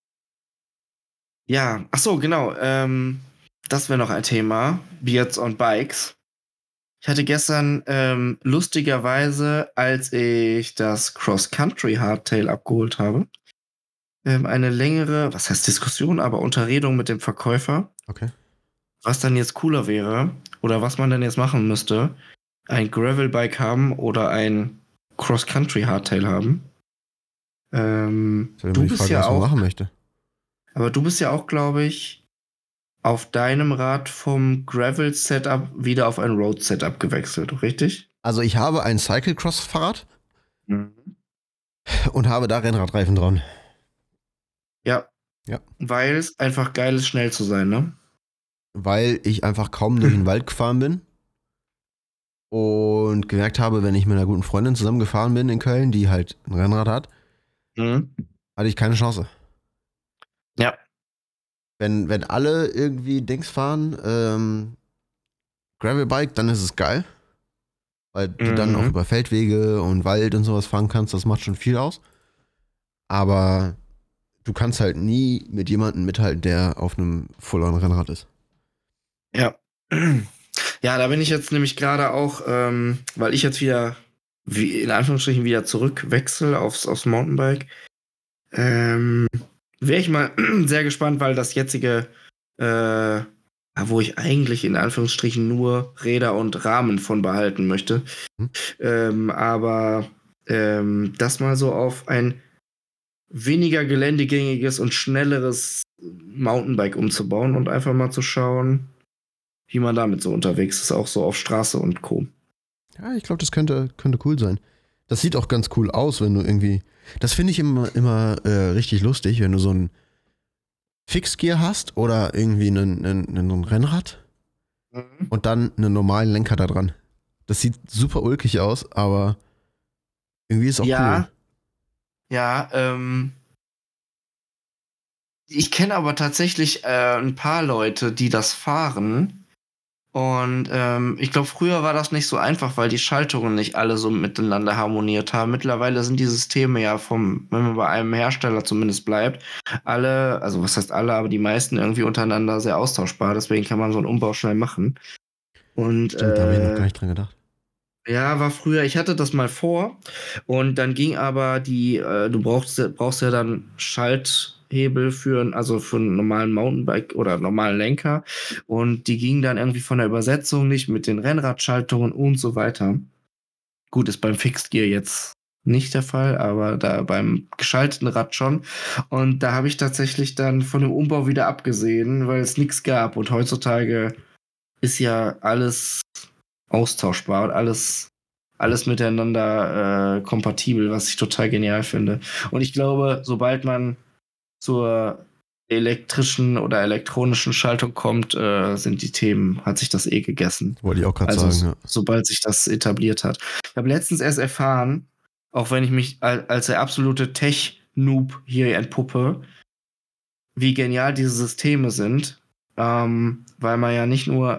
Ja, ach so, genau. Ähm, das wäre noch ein Thema. Beards on Bikes. Ich hatte gestern ähm, lustigerweise, als ich das Cross-Country Hardtail abgeholt habe, ähm, eine längere, was heißt Diskussion, aber Unterredung mit dem Verkäufer, Okay. was dann jetzt cooler wäre oder was man dann jetzt machen müsste. Ein Gravelbike haben oder ein Cross-Country Hardtail haben. Ähm, Das ist ja immer du die bist Frage, ja was man auch, machen möchte. aber du bist ja auch, glaube ich, auf deinem Rad vom Gravel-Setup wieder auf ein Road-Setup gewechselt, richtig? Also ich habe ein Cyclecross-Fahrrad Mhm. und habe da Rennradreifen dran. Ja. Ja. Weil es einfach geil ist, schnell zu sein, ne? Weil ich einfach kaum durch den Wald gefahren bin und gemerkt habe, wenn ich mit einer guten Freundin zusammengefahren bin in Köln, die halt ein Rennrad hat, Mhm. hatte ich keine Chance. Ja. Wenn, wenn alle irgendwie Dings fahren, ähm, Gravelbike, dann ist es geil. Weil du dann auch Mhm. über Feldwege und Wald und sowas fahren kannst, das macht schon viel aus. Aber du kannst halt nie mit jemandem mithalten, der auf einem Full-on-Rennrad ist. Ja. Ja, da bin ich jetzt nämlich gerade auch, ähm, weil ich jetzt wieder, wie, in Anführungsstrichen, wieder zurückwechsel aufs, aufs Mountainbike. Ähm, wäre ich mal sehr gespannt, weil das jetzige, äh, wo ich eigentlich in Anführungsstrichen nur Räder und Rahmen von behalten möchte. Hm. Ähm, aber ähm, das mal so auf ein weniger geländegängiges und schnelleres Mountainbike umzubauen und einfach mal zu schauen, wie man damit so unterwegs ist, auch so auf Straße und Co. Ja, ich glaube, das könnte, könnte cool sein. Das sieht auch ganz cool aus, wenn du irgendwie. Das finde ich immer, immer äh, richtig lustig, wenn du so ein Fixgear hast oder irgendwie einen, einen, einen Rennrad und dann einen normalen Lenker da dran. Das sieht super ulkig aus, aber irgendwie ist es auch Ja. cool. Ja, ähm. Ich kenne aber tatsächlich äh, ein paar Leute, die das fahren. Und ähm, ich glaube, früher war das nicht so einfach, weil die Schaltungen nicht alle so miteinander harmoniert haben. Mittlerweile sind die Systeme ja vom, wenn man bei einem Hersteller zumindest bleibt, alle, also was heißt alle, aber die meisten irgendwie untereinander sehr austauschbar. Deswegen kann man so einen Umbau schnell machen. Und Stimmt, da habe ich noch äh, gar nicht dran gedacht. ja, war früher, ich hatte das mal vor und dann ging aber die, äh, du brauchst, brauchst ja dann Schalthebel für, also für einen normalen Mountainbike oder normalen Lenker und die gingen dann irgendwie von der Übersetzung nicht mit den Rennradschaltungen und so weiter. Gut, ist beim Fixed Gear jetzt nicht der Fall, aber da beim geschalteten Rad schon. Und da habe ich tatsächlich dann von dem Umbau wieder abgesehen, weil es nichts gab und heutzutage ist ja alles austauschbar und alles, alles miteinander äh, kompatibel, was ich total genial finde. Und ich glaube, sobald man zur elektrischen oder elektronischen Schaltung kommt, äh, sind die Themen, hat sich das eh gegessen. Wollte ich auch gerade Also sagen, ja. sobald sich das etabliert hat. Ich habe letztens erst erfahren, auch wenn ich mich als, als der absolute Tech-Noob hier entpuppe, wie genial diese Systeme sind, ähm, weil man ja nicht nur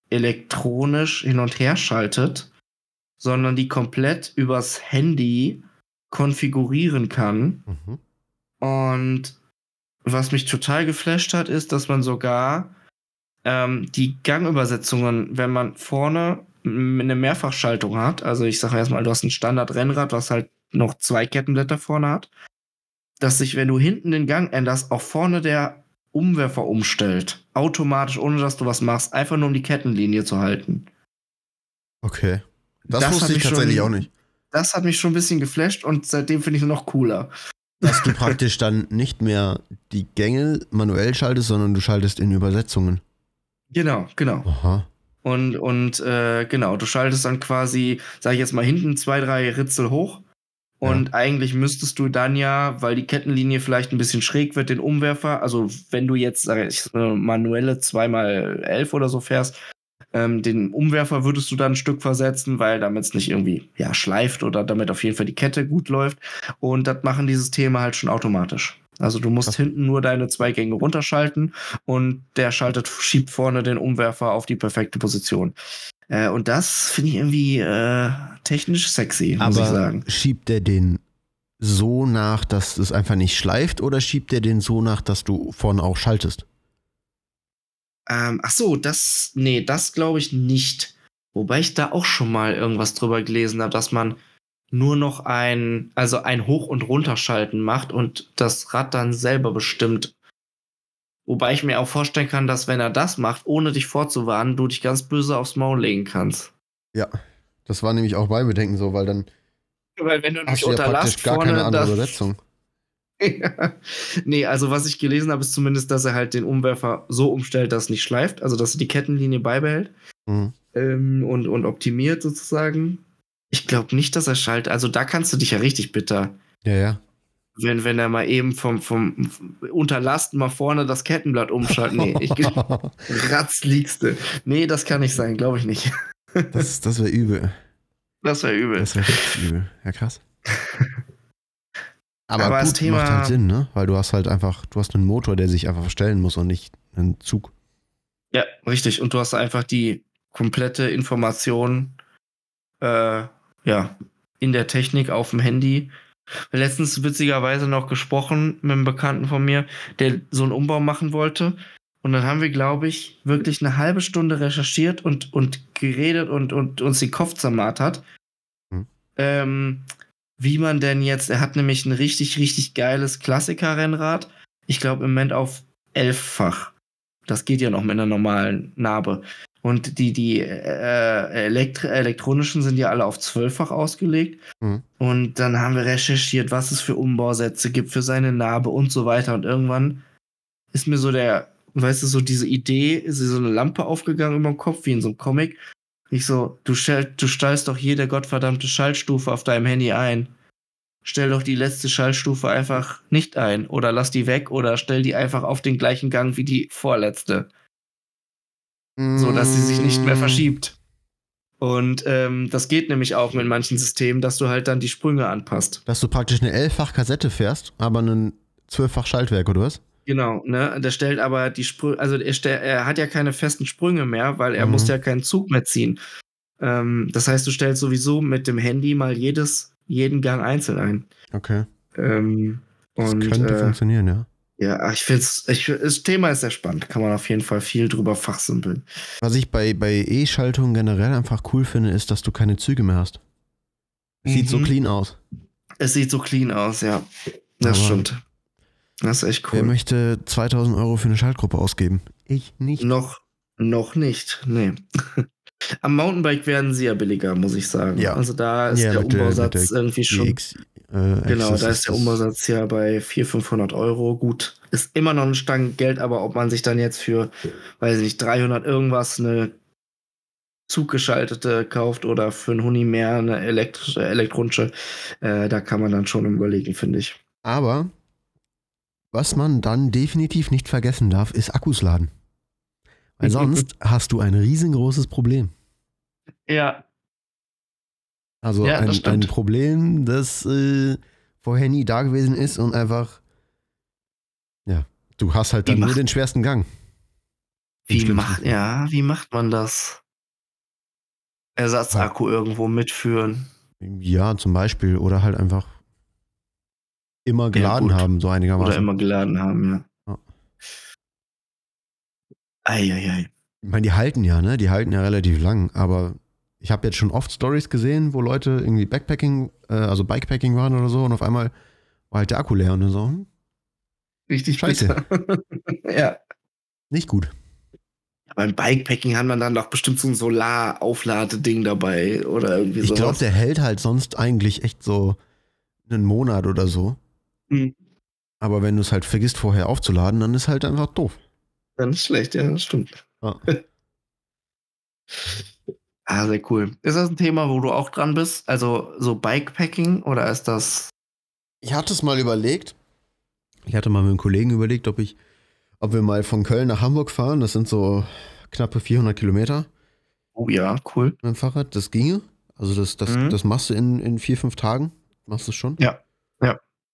elektronisch hin und her schaltet, sondern die komplett übers Handy konfigurieren kann. Mhm. Und was mich total geflasht hat, ist, dass man sogar ähm, die Gangübersetzungen, wenn man vorne eine Mehrfachschaltung hat, also ich sage erstmal, du hast ein Standard-Rennrad, was halt noch zwei Kettenblätter vorne hat, dass sich, wenn du hinten den Gang änderst, auch vorne der Umwerfer umstellt. Automatisch, ohne dass du was machst, einfach nur um die Kettenlinie zu halten. Okay. Das, Das wusste hat ich mich tatsächlich schon- auch nicht. Das hat mich schon ein bisschen geflasht und seitdem finde ich es noch cooler. Dass du praktisch dann nicht mehr die Gänge manuell schaltest, sondern du schaltest in Übersetzungen. Genau, genau. Aha. Und, und äh, genau, du schaltest dann quasi, sag ich jetzt mal, hinten zwei, drei Ritzel hoch. Und Ja. eigentlich müsstest du dann ja, weil die Kettenlinie vielleicht ein bisschen schräg wird, den Umwerfer, also wenn du jetzt, sag ich, eine manuelle zwei mal elf oder so fährst, ähm, den Umwerfer würdest du dann ein Stück versetzen, weil damit es nicht irgendwie ja, schleift oder damit auf jeden Fall die Kette gut läuft. Und das machen die Systeme halt schon automatisch. Also du musst Krass. hinten nur deine zwei Gänge runterschalten und der schaltet, schiebt vorne den Umwerfer auf die perfekte Position. Äh, und das finde ich irgendwie äh, technisch sexy, muss ich Aber sagen. schiebt der den so nach, dass es einfach nicht schleift, oder schiebt der den so nach, dass du vorne auch schaltest? Ähm, ach so, das, nee, das glaube ich nicht. Wobei ich da auch schon mal irgendwas drüber gelesen habe, dass man nur noch ein, also ein Hoch- und Runterschalten macht und das Rad dann selber bestimmt. Wobei ich mir auch vorstellen kann, dass wenn er das macht, ohne dich vorzuwarnen, du dich ganz böse aufs Maul legen kannst. Ja. Das war nämlich auch bei Bedenken so, weil dann Weil wenn du hast du ja praktisch gar keine andere Übersetzung. Ja. Nee, also was ich gelesen habe, ist zumindest, dass er halt den Umwerfer so umstellt, dass es nicht schleift, also dass er die Kettenlinie beibehält Mhm. ähm, und, und optimiert sozusagen. Ich glaube nicht, dass er schaltet. Also da kannst du dich ja richtig bitter, Ja, ja. wenn, wenn er mal eben vom, vom unter Last mal vorne das Kettenblatt umschaltet. Nee, ich ratz liegst du. Nee, das kann nicht sein, glaube ich nicht. das das wäre übel. Das wäre übel. Das wäre richtig übel. Ja, krass. Aber, Aber das gut, Thema- macht halt Sinn, ne? Weil du hast halt einfach, du hast einen Motor, der sich einfach verstellen muss und nicht einen Zug. Ja, richtig. Und du hast einfach die komplette Information äh, ja, in der Technik auf dem Handy. Letztens witzigerweise noch gesprochen mit einem Bekannten von mir, der so einen Umbau machen wollte. Und dann haben wir, glaube ich, wirklich eine halbe Stunde recherchiert und, und geredet und, und uns den Kopf zermartert. Hm. Ähm, wie man denn jetzt, er hat nämlich ein richtig, richtig geiles Klassiker-Rennrad. Ich glaube im Moment auf elffach. Das geht ja noch mit einer normalen Narbe. Und die, die äh, Elektri- elektronischen sind ja alle auf zwölffach ausgelegt. Mhm. Und dann haben wir recherchiert, was es für Umbausätze gibt für seine Narbe und so weiter. Und irgendwann ist mir so der, weißt du, so diese Idee, ist so eine Lampe aufgegangen über dem Kopf, wie in so einem Comic. Ich so, du, stell, du stellst doch jede gottverdammte Schaltstufe auf deinem Handy ein. Stell doch die letzte Schaltstufe einfach nicht ein. Oder lass die weg oder stell die einfach auf den gleichen Gang wie die vorletzte. So dass sie sich nicht mehr verschiebt. Und ähm, das geht nämlich auch mit manchen Systemen, dass du halt dann die Sprünge anpasst. Dass du praktisch eine elffach Kassette fährst, aber ein zwölffach Schaltwerk, oder was? Genau, ne? Der stellt aber die Sprünge, also er, stell, er hat ja keine festen Sprünge mehr, weil er Mhm. muss ja keinen Zug mehr ziehen. Ähm, das heißt, du stellst sowieso mit dem Handy mal jedes, jeden Gang einzeln ein. Okay. Ähm, Das und könnte äh, funktionieren, ja. ja, ich finde ich, das Thema ist sehr spannend. Kann man auf jeden Fall viel drüber fachsimpeln. Was ich bei, bei E-Schaltungen generell einfach cool finde, ist, dass du keine Züge mehr hast. Sieht so Mhm. clean aus. Es sieht so clean aus, ja. Das Aber stimmt. Das ist echt Wer cool. möchte zweitausend Euro für eine Schaltgruppe ausgeben? Ich nicht. Noch, noch nicht, nee. Am Mountainbike werden sie ja billiger, muss ich sagen. Ja. Also da ist Ja, der mit der- Umbausatz mit der irgendwie schon. G X, äh, Genau, Access da ist der das- Umbausatz ja bei vierhundert, fünfhundert Euro. Gut, ist immer noch ein Stangen Geld, aber ob man sich dann jetzt für, weiß ich nicht, dreihundert irgendwas eine zuggeschaltete kauft oder für einen Huni mehr eine elektrische, elektronische, äh, da kann man dann schon überlegen, finde ich. Aber was man dann definitiv nicht vergessen darf, ist Akkus laden. Weil sonst hast du ein riesengroßes Problem. Ja, Also Ja, das ein, ein stimmt. Problem, das äh, vorher nie da gewesen ist und einfach, ja, du hast halt Wie dann nur macht- den schwersten Gang. Wie macht, ja, wie macht man das? Ersatzakku ja. irgendwo mitführen. Ja, zum Beispiel. Oder halt einfach immer geladen ja, haben, so einigermaßen. Oder immer geladen haben, ja. ja. Eieiei. Ich meine, die halten ja, ne? Die halten ja relativ lang, aber ich habe jetzt schon oft Stories gesehen, wo Leute irgendwie Backpacking, äh, also Bikepacking waren oder so und auf einmal war halt der Akku leer und dann so, hm, richtig scheiße. ja. Nicht gut. Beim Bikepacking hat man dann doch bestimmt so ein Solar-Aufladeding dabei oder irgendwie sowas. Ich glaube, der hält halt sonst eigentlich echt so einen Monat oder so. Mhm. Aber wenn du es halt vergisst, vorher aufzuladen, dann ist halt einfach doof. Dann ist schlecht, ja, das stimmt. Ah. ah, sehr cool. Ist das ein Thema, wo du auch dran bist? Also so Bikepacking oder ist das... Ich hatte es mal überlegt. Ich hatte mal mit einem Kollegen überlegt, ob ich, ob wir mal von Köln nach Hamburg fahren. Das sind so knappe vierhundert Kilometer. Oh ja, cool. Mit dem Fahrrad, das ginge. Also das, das, mhm. das machst du in, in vier, fünf Tagen. Machst du schon? Ja, ja.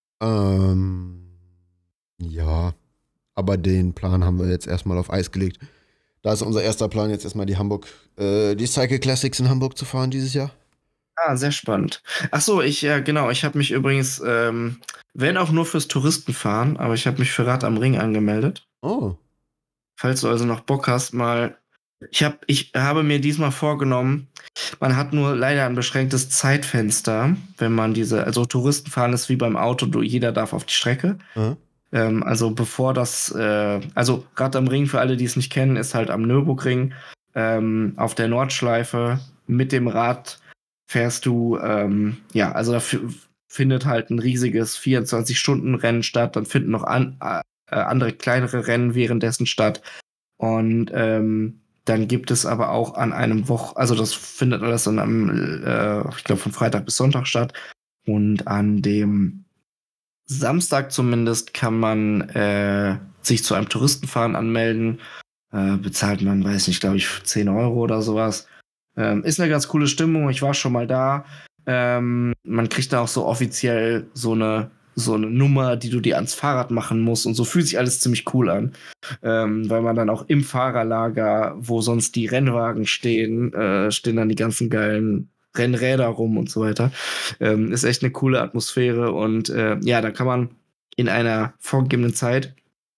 Ähm, ja, aber den Plan haben wir jetzt erstmal auf Eis gelegt. Da ist unser erster Plan, jetzt erstmal die Hamburg, äh, die Cycle Classics in Hamburg zu fahren dieses Jahr. Ah, sehr spannend. Ach so, ich, ja, genau, ich habe mich übrigens, ähm, wenn auch nur fürs Touristenfahren, aber ich habe mich für Rad am Ring angemeldet. Oh. Falls du also noch Bock hast, mal, ich, hab, ich habe mir diesmal vorgenommen, man hat nur leider ein beschränktes Zeitfenster, wenn man diese, also Touristenfahren ist wie beim Auto, du, jeder darf auf die Strecke. Mhm. Ähm, also bevor das, äh, also Rad am Ring, für alle, die es nicht kennen, ist halt am Nürburgring, ähm, auf der Nordschleife mit dem Rad fährst du, ähm, ja, also da findet halt ein riesiges vierundzwanzig-Stunden-Rennen statt, dann finden noch an, äh, andere kleinere Rennen währenddessen statt und ähm, dann gibt es aber auch an einem Woch, also das findet alles an einem, äh, ich glaube von Freitag bis Sonntag statt und an dem Samstag zumindest kann man äh, sich zu einem Touristenfahren anmelden, äh, bezahlt man, weiß nicht, glaube ich zehn Euro oder sowas. Ähm, ist eine ganz coole Stimmung, ich war schon mal da. Ähm, man kriegt da auch so offiziell so eine, so eine Nummer, die du dir ans Fahrrad machen musst und so fühlt sich alles ziemlich cool an. Ähm, weil man dann auch im Fahrerlager, wo sonst die Rennwagen stehen, äh, stehen dann die ganzen geilen Rennräder rum und so weiter. Ähm, ist echt eine coole Atmosphäre und äh, ja, da kann man in einer vorgegebenen Zeit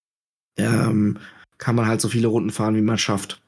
ähm, kann man halt so viele Runden fahren, wie man schafft.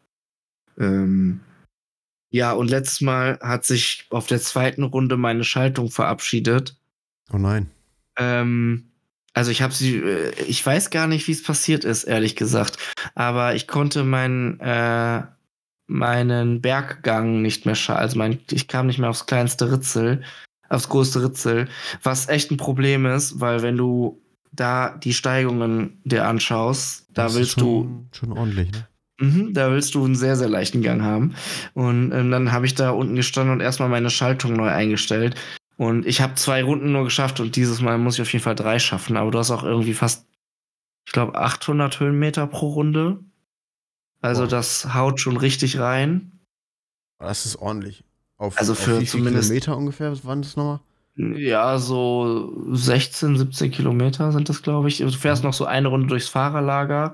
Ähm, Ja, und letztes Mal hat sich auf der zweiten Runde meine Schaltung verabschiedet. Oh nein. Ähm, also ich habe sie, äh, ich weiß gar nicht, wie es passiert ist, ehrlich gesagt. Aber ich konnte meinen, äh, meinen Berggang nicht mehr schalten. Also mein, ich kam nicht mehr aufs kleinste Ritzel, aufs größte Ritzel. Was echt ein Problem ist, weil wenn du da die Steigungen dir anschaust, da das willst ist schon, du. Schon ordentlich, ne? Mhm, da willst du einen sehr, sehr leichten Gang haben. Und ähm, dann habe ich da unten gestanden und erstmal meine Schaltung neu eingestellt. Und ich habe zwei Runden nur geschafft und dieses Mal muss ich auf jeden Fall drei schaffen. Aber du hast auch irgendwie fast, ich glaube, achthundert Höhenmeter pro Runde. Also Boah. Das haut schon richtig rein. Das ist ordentlich. Auf, also für auf wie viele zumindest Kilometer ungefähr? Was waren das nochmal? Ja, so sechzehn, siebzehn Kilometer sind das, glaube ich. Du fährst mhm. noch so eine Runde durchs Fahrerlager.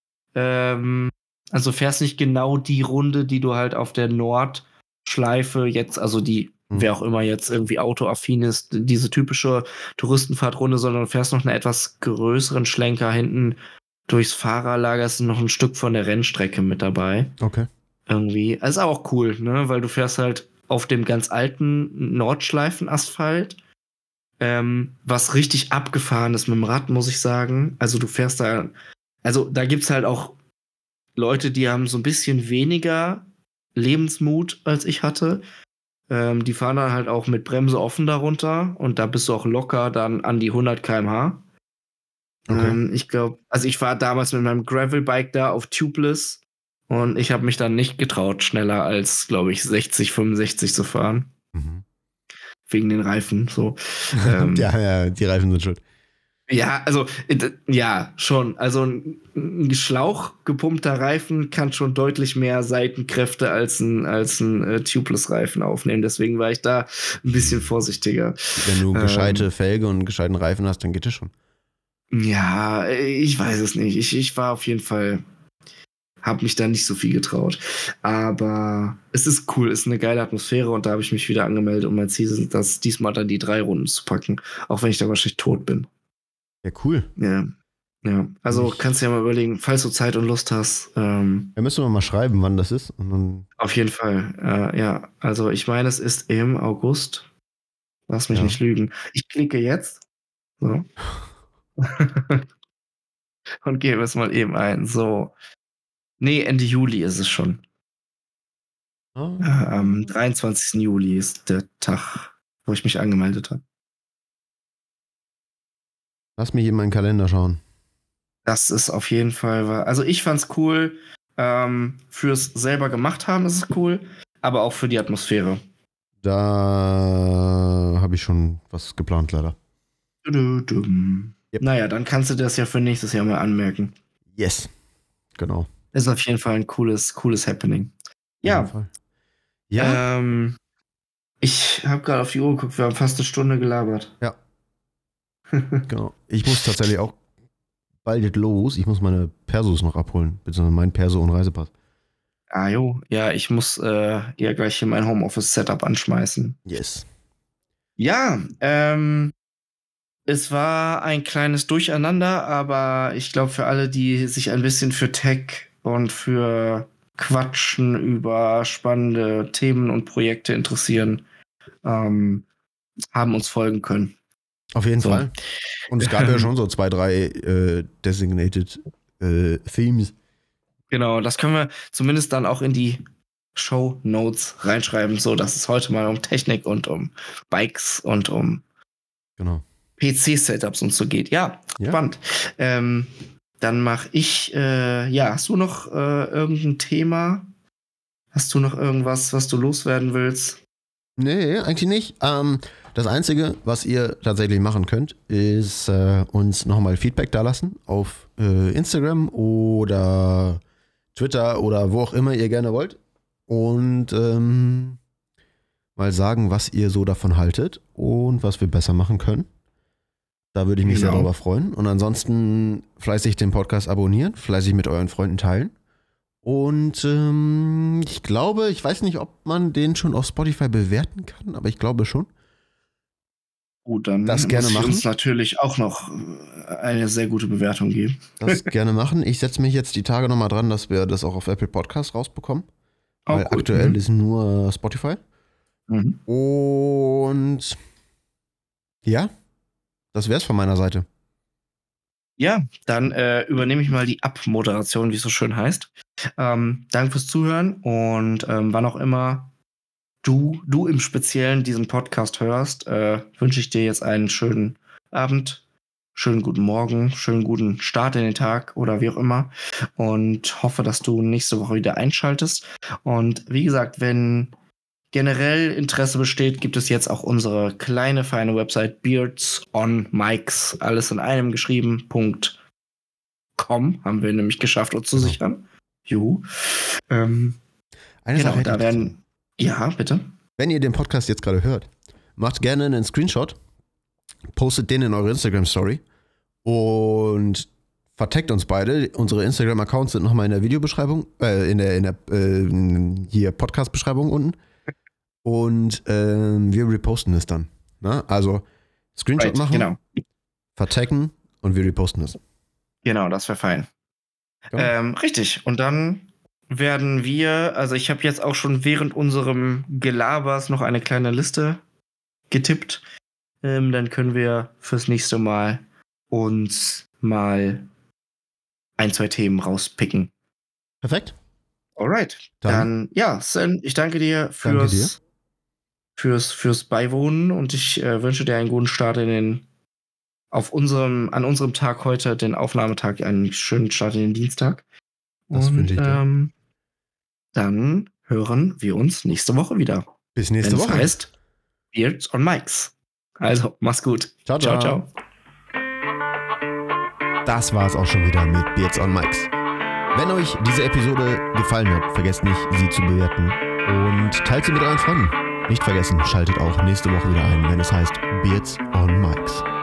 Ähm, also fährst nicht genau die Runde, die du halt auf der Nordschleife jetzt, also die, hm. wer auch immer jetzt irgendwie autoaffin ist, diese typische Touristenfahrtrunde, sondern du fährst noch einen etwas größeren Schlenker hinten durchs Fahrerlager, ist noch ein Stück von der Rennstrecke mit dabei. Okay. Irgendwie. Also auch cool, ne, weil du fährst halt auf dem ganz alten Nordschleifenasphalt, ähm, was richtig abgefahren ist mit dem Rad, muss ich sagen. Also du fährst da, also da gibt's halt auch Leute, die haben so ein bisschen weniger Lebensmut, als ich hatte. Ähm, die fahren dann halt auch mit Bremse offen darunter und da bist du auch locker dann an die hundert Kilometer pro Stunde. Okay. Ähm, ich glaube, also ich war damals mit meinem Gravelbike da auf Tubeless und ich habe mich dann nicht getraut, schneller als, glaube ich, sechzig, fünfundsechzig zu fahren. Mhm. Wegen den Reifen, so. ähm, ja, ja, die Reifen sind schuld. Ja, also, ja, schon. Also ein schlauchgepumpter Reifen kann schon deutlich mehr Seitenkräfte als ein, als ein äh, Tubeless-Reifen aufnehmen. Deswegen war ich da ein bisschen vorsichtiger. Wenn du gescheite ähm, Felge und einen gescheiten Reifen hast, dann geht das schon. Ja, ich weiß es nicht. Ich, ich war auf jeden Fall, habe mich da nicht so viel getraut. Aber es ist cool, ist eine geile Atmosphäre und da habe ich mich wieder angemeldet und mein Ziel ist, das diesmal dann die drei Runden zu packen, auch wenn ich da wahrscheinlich tot bin. Ja, cool. Ja, ja. Also ich kannst du ja mal überlegen, falls du Zeit und Lust hast. Ähm, ja, müssen wir mal schreiben, wann das ist. Und dann auf jeden Fall, äh, ja. Also ich meine, es ist im August. Lass mich Ja. nicht lügen. Ich klicke jetzt. So. Und gebe es mal eben ein. So. Nee, Ende Juli ist es schon. Oh. Äh, am dreiundzwanzigsten Juli ist der Tag, wo ich mich angemeldet habe. Lass mich in meinen Kalender schauen. Das ist auf jeden Fall, also ich fand's cool. Ähm, fürs selber gemacht haben ist es cool, aber auch für die Atmosphäre. Da habe ich schon was geplant, leider. Yep. Naja, dann kannst du das ja für nächstes Jahr mal anmerken. Yes. Genau. Ist auf jeden Fall ein cooles, cooles Happening. Ja. Ja. Ähm, ich habe gerade auf die Uhr geguckt, wir haben fast eine Stunde gelabert. Ja. Genau. Ich muss tatsächlich auch bald jetzt los. Ich muss meine Persos noch abholen, beziehungsweise meinen Perso und Reisepass. Ah jo, ja, ich muss äh, ja gleich hier mein Homeoffice-Setup anschmeißen. Yes. Ja, ähm, es war ein kleines Durcheinander, aber ich glaube für alle, die sich ein bisschen für Tech und für Quatschen über spannende Themen und Projekte interessieren, ähm, haben uns folgen können. Auf jeden so. Fall. Und es gab ja schon so zwei, drei äh, designated äh, Themes. Genau, das können wir zumindest dann auch in die Show Notes reinschreiben, so dass es heute mal um Technik und um Bikes und um genau. P C-Setups und so geht. Ja, ja. spannend. Ähm, dann mache ich, äh, ja, hast du noch äh, irgendein Thema? Hast du noch irgendwas, was du loswerden willst? Nee, eigentlich nicht. Ähm, das Einzige, was ihr tatsächlich machen könnt, ist äh, uns nochmal Feedback dalassen auf äh, Instagram oder Twitter oder wo auch immer ihr gerne wollt. Und ähm, mal sagen, was ihr so davon haltet und was wir besser machen können. Da würde ich mich genau. sehr darüber freuen. Und ansonsten fleißig den Podcast abonnieren, fleißig mit euren Freunden teilen. Und ähm, ich glaube, ich weiß nicht, ob man den schon auf Spotify bewerten kann, aber ich glaube schon. Gut, dann das gerne muss ich machen. uns natürlich auch noch eine sehr gute Bewertung geben. Das gerne machen. Ich setze mich jetzt die Tage nochmal dran, dass wir das auch auf Apple Podcasts rausbekommen. Oh, weil gut. aktuell mhm. ist nur Spotify. Mhm. Und ja, das wär's von meiner Seite. Ja, dann äh, übernehme ich mal die Abmoderation, wie es so schön heißt. Ähm, danke fürs Zuhören und ähm, wann auch immer du, du im Speziellen diesen Podcast hörst, äh, wünsche ich dir jetzt einen schönen Abend, schönen guten Morgen, schönen guten Start in den Tag oder wie auch immer und hoffe, dass du nächste Woche wieder einschaltest. Und wie gesagt, wenn generell Interesse besteht, gibt es jetzt auch unsere kleine, feine Website Beards on Mics, alles in einem geschrieben, .com, haben wir nämlich geschafft, uns zu genau. sichern. Juhu. Ähm, Eine genau, Sache da werden, ja, bitte. Wenn ihr den Podcast jetzt gerade hört, macht gerne einen Screenshot, postet den in eure Instagram-Story und vertaggt uns beide. Unsere Instagram-Accounts sind nochmal in der Videobeschreibung, äh, in der, in der äh, hier Podcast-Beschreibung unten. Und ähm, wir reposten es dann. Na? Also Screenshot right, machen, genau. vertaggen und wir reposten es. Genau, das wäre fein. Genau. Ähm, richtig. Und dann werden wir, also ich habe jetzt auch schon während unserem Gelabers noch eine kleine Liste getippt. Ähm, dann können wir fürs nächste Mal uns mal ein, zwei Themen rauspicken. Perfekt. Alright. Dann, dann ja, Sven, ich danke dir fürs, danke dir. fürs, fürs Beiwohnen und ich äh, wünsche dir einen guten Start in den, auf unserem, an unserem Tag heute, den Aufnahmetag, einen schönen Start in den Dienstag. Das wünsche ich dir. Ähm, dann hören wir uns nächste Woche wieder. Bis nächste Wenn Woche. Das heißt Beards on Mics. Also, mach's gut. Ciao, ciao. ciao, ciao. Das war's auch schon wieder mit Beards on Mics. Wenn euch diese Episode gefallen hat, vergesst nicht, sie zu bewerten und teilt sie mit euren Freunden. Nicht vergessen, schaltet auch nächste Woche wieder ein, wenn es heißt Beards on Mics.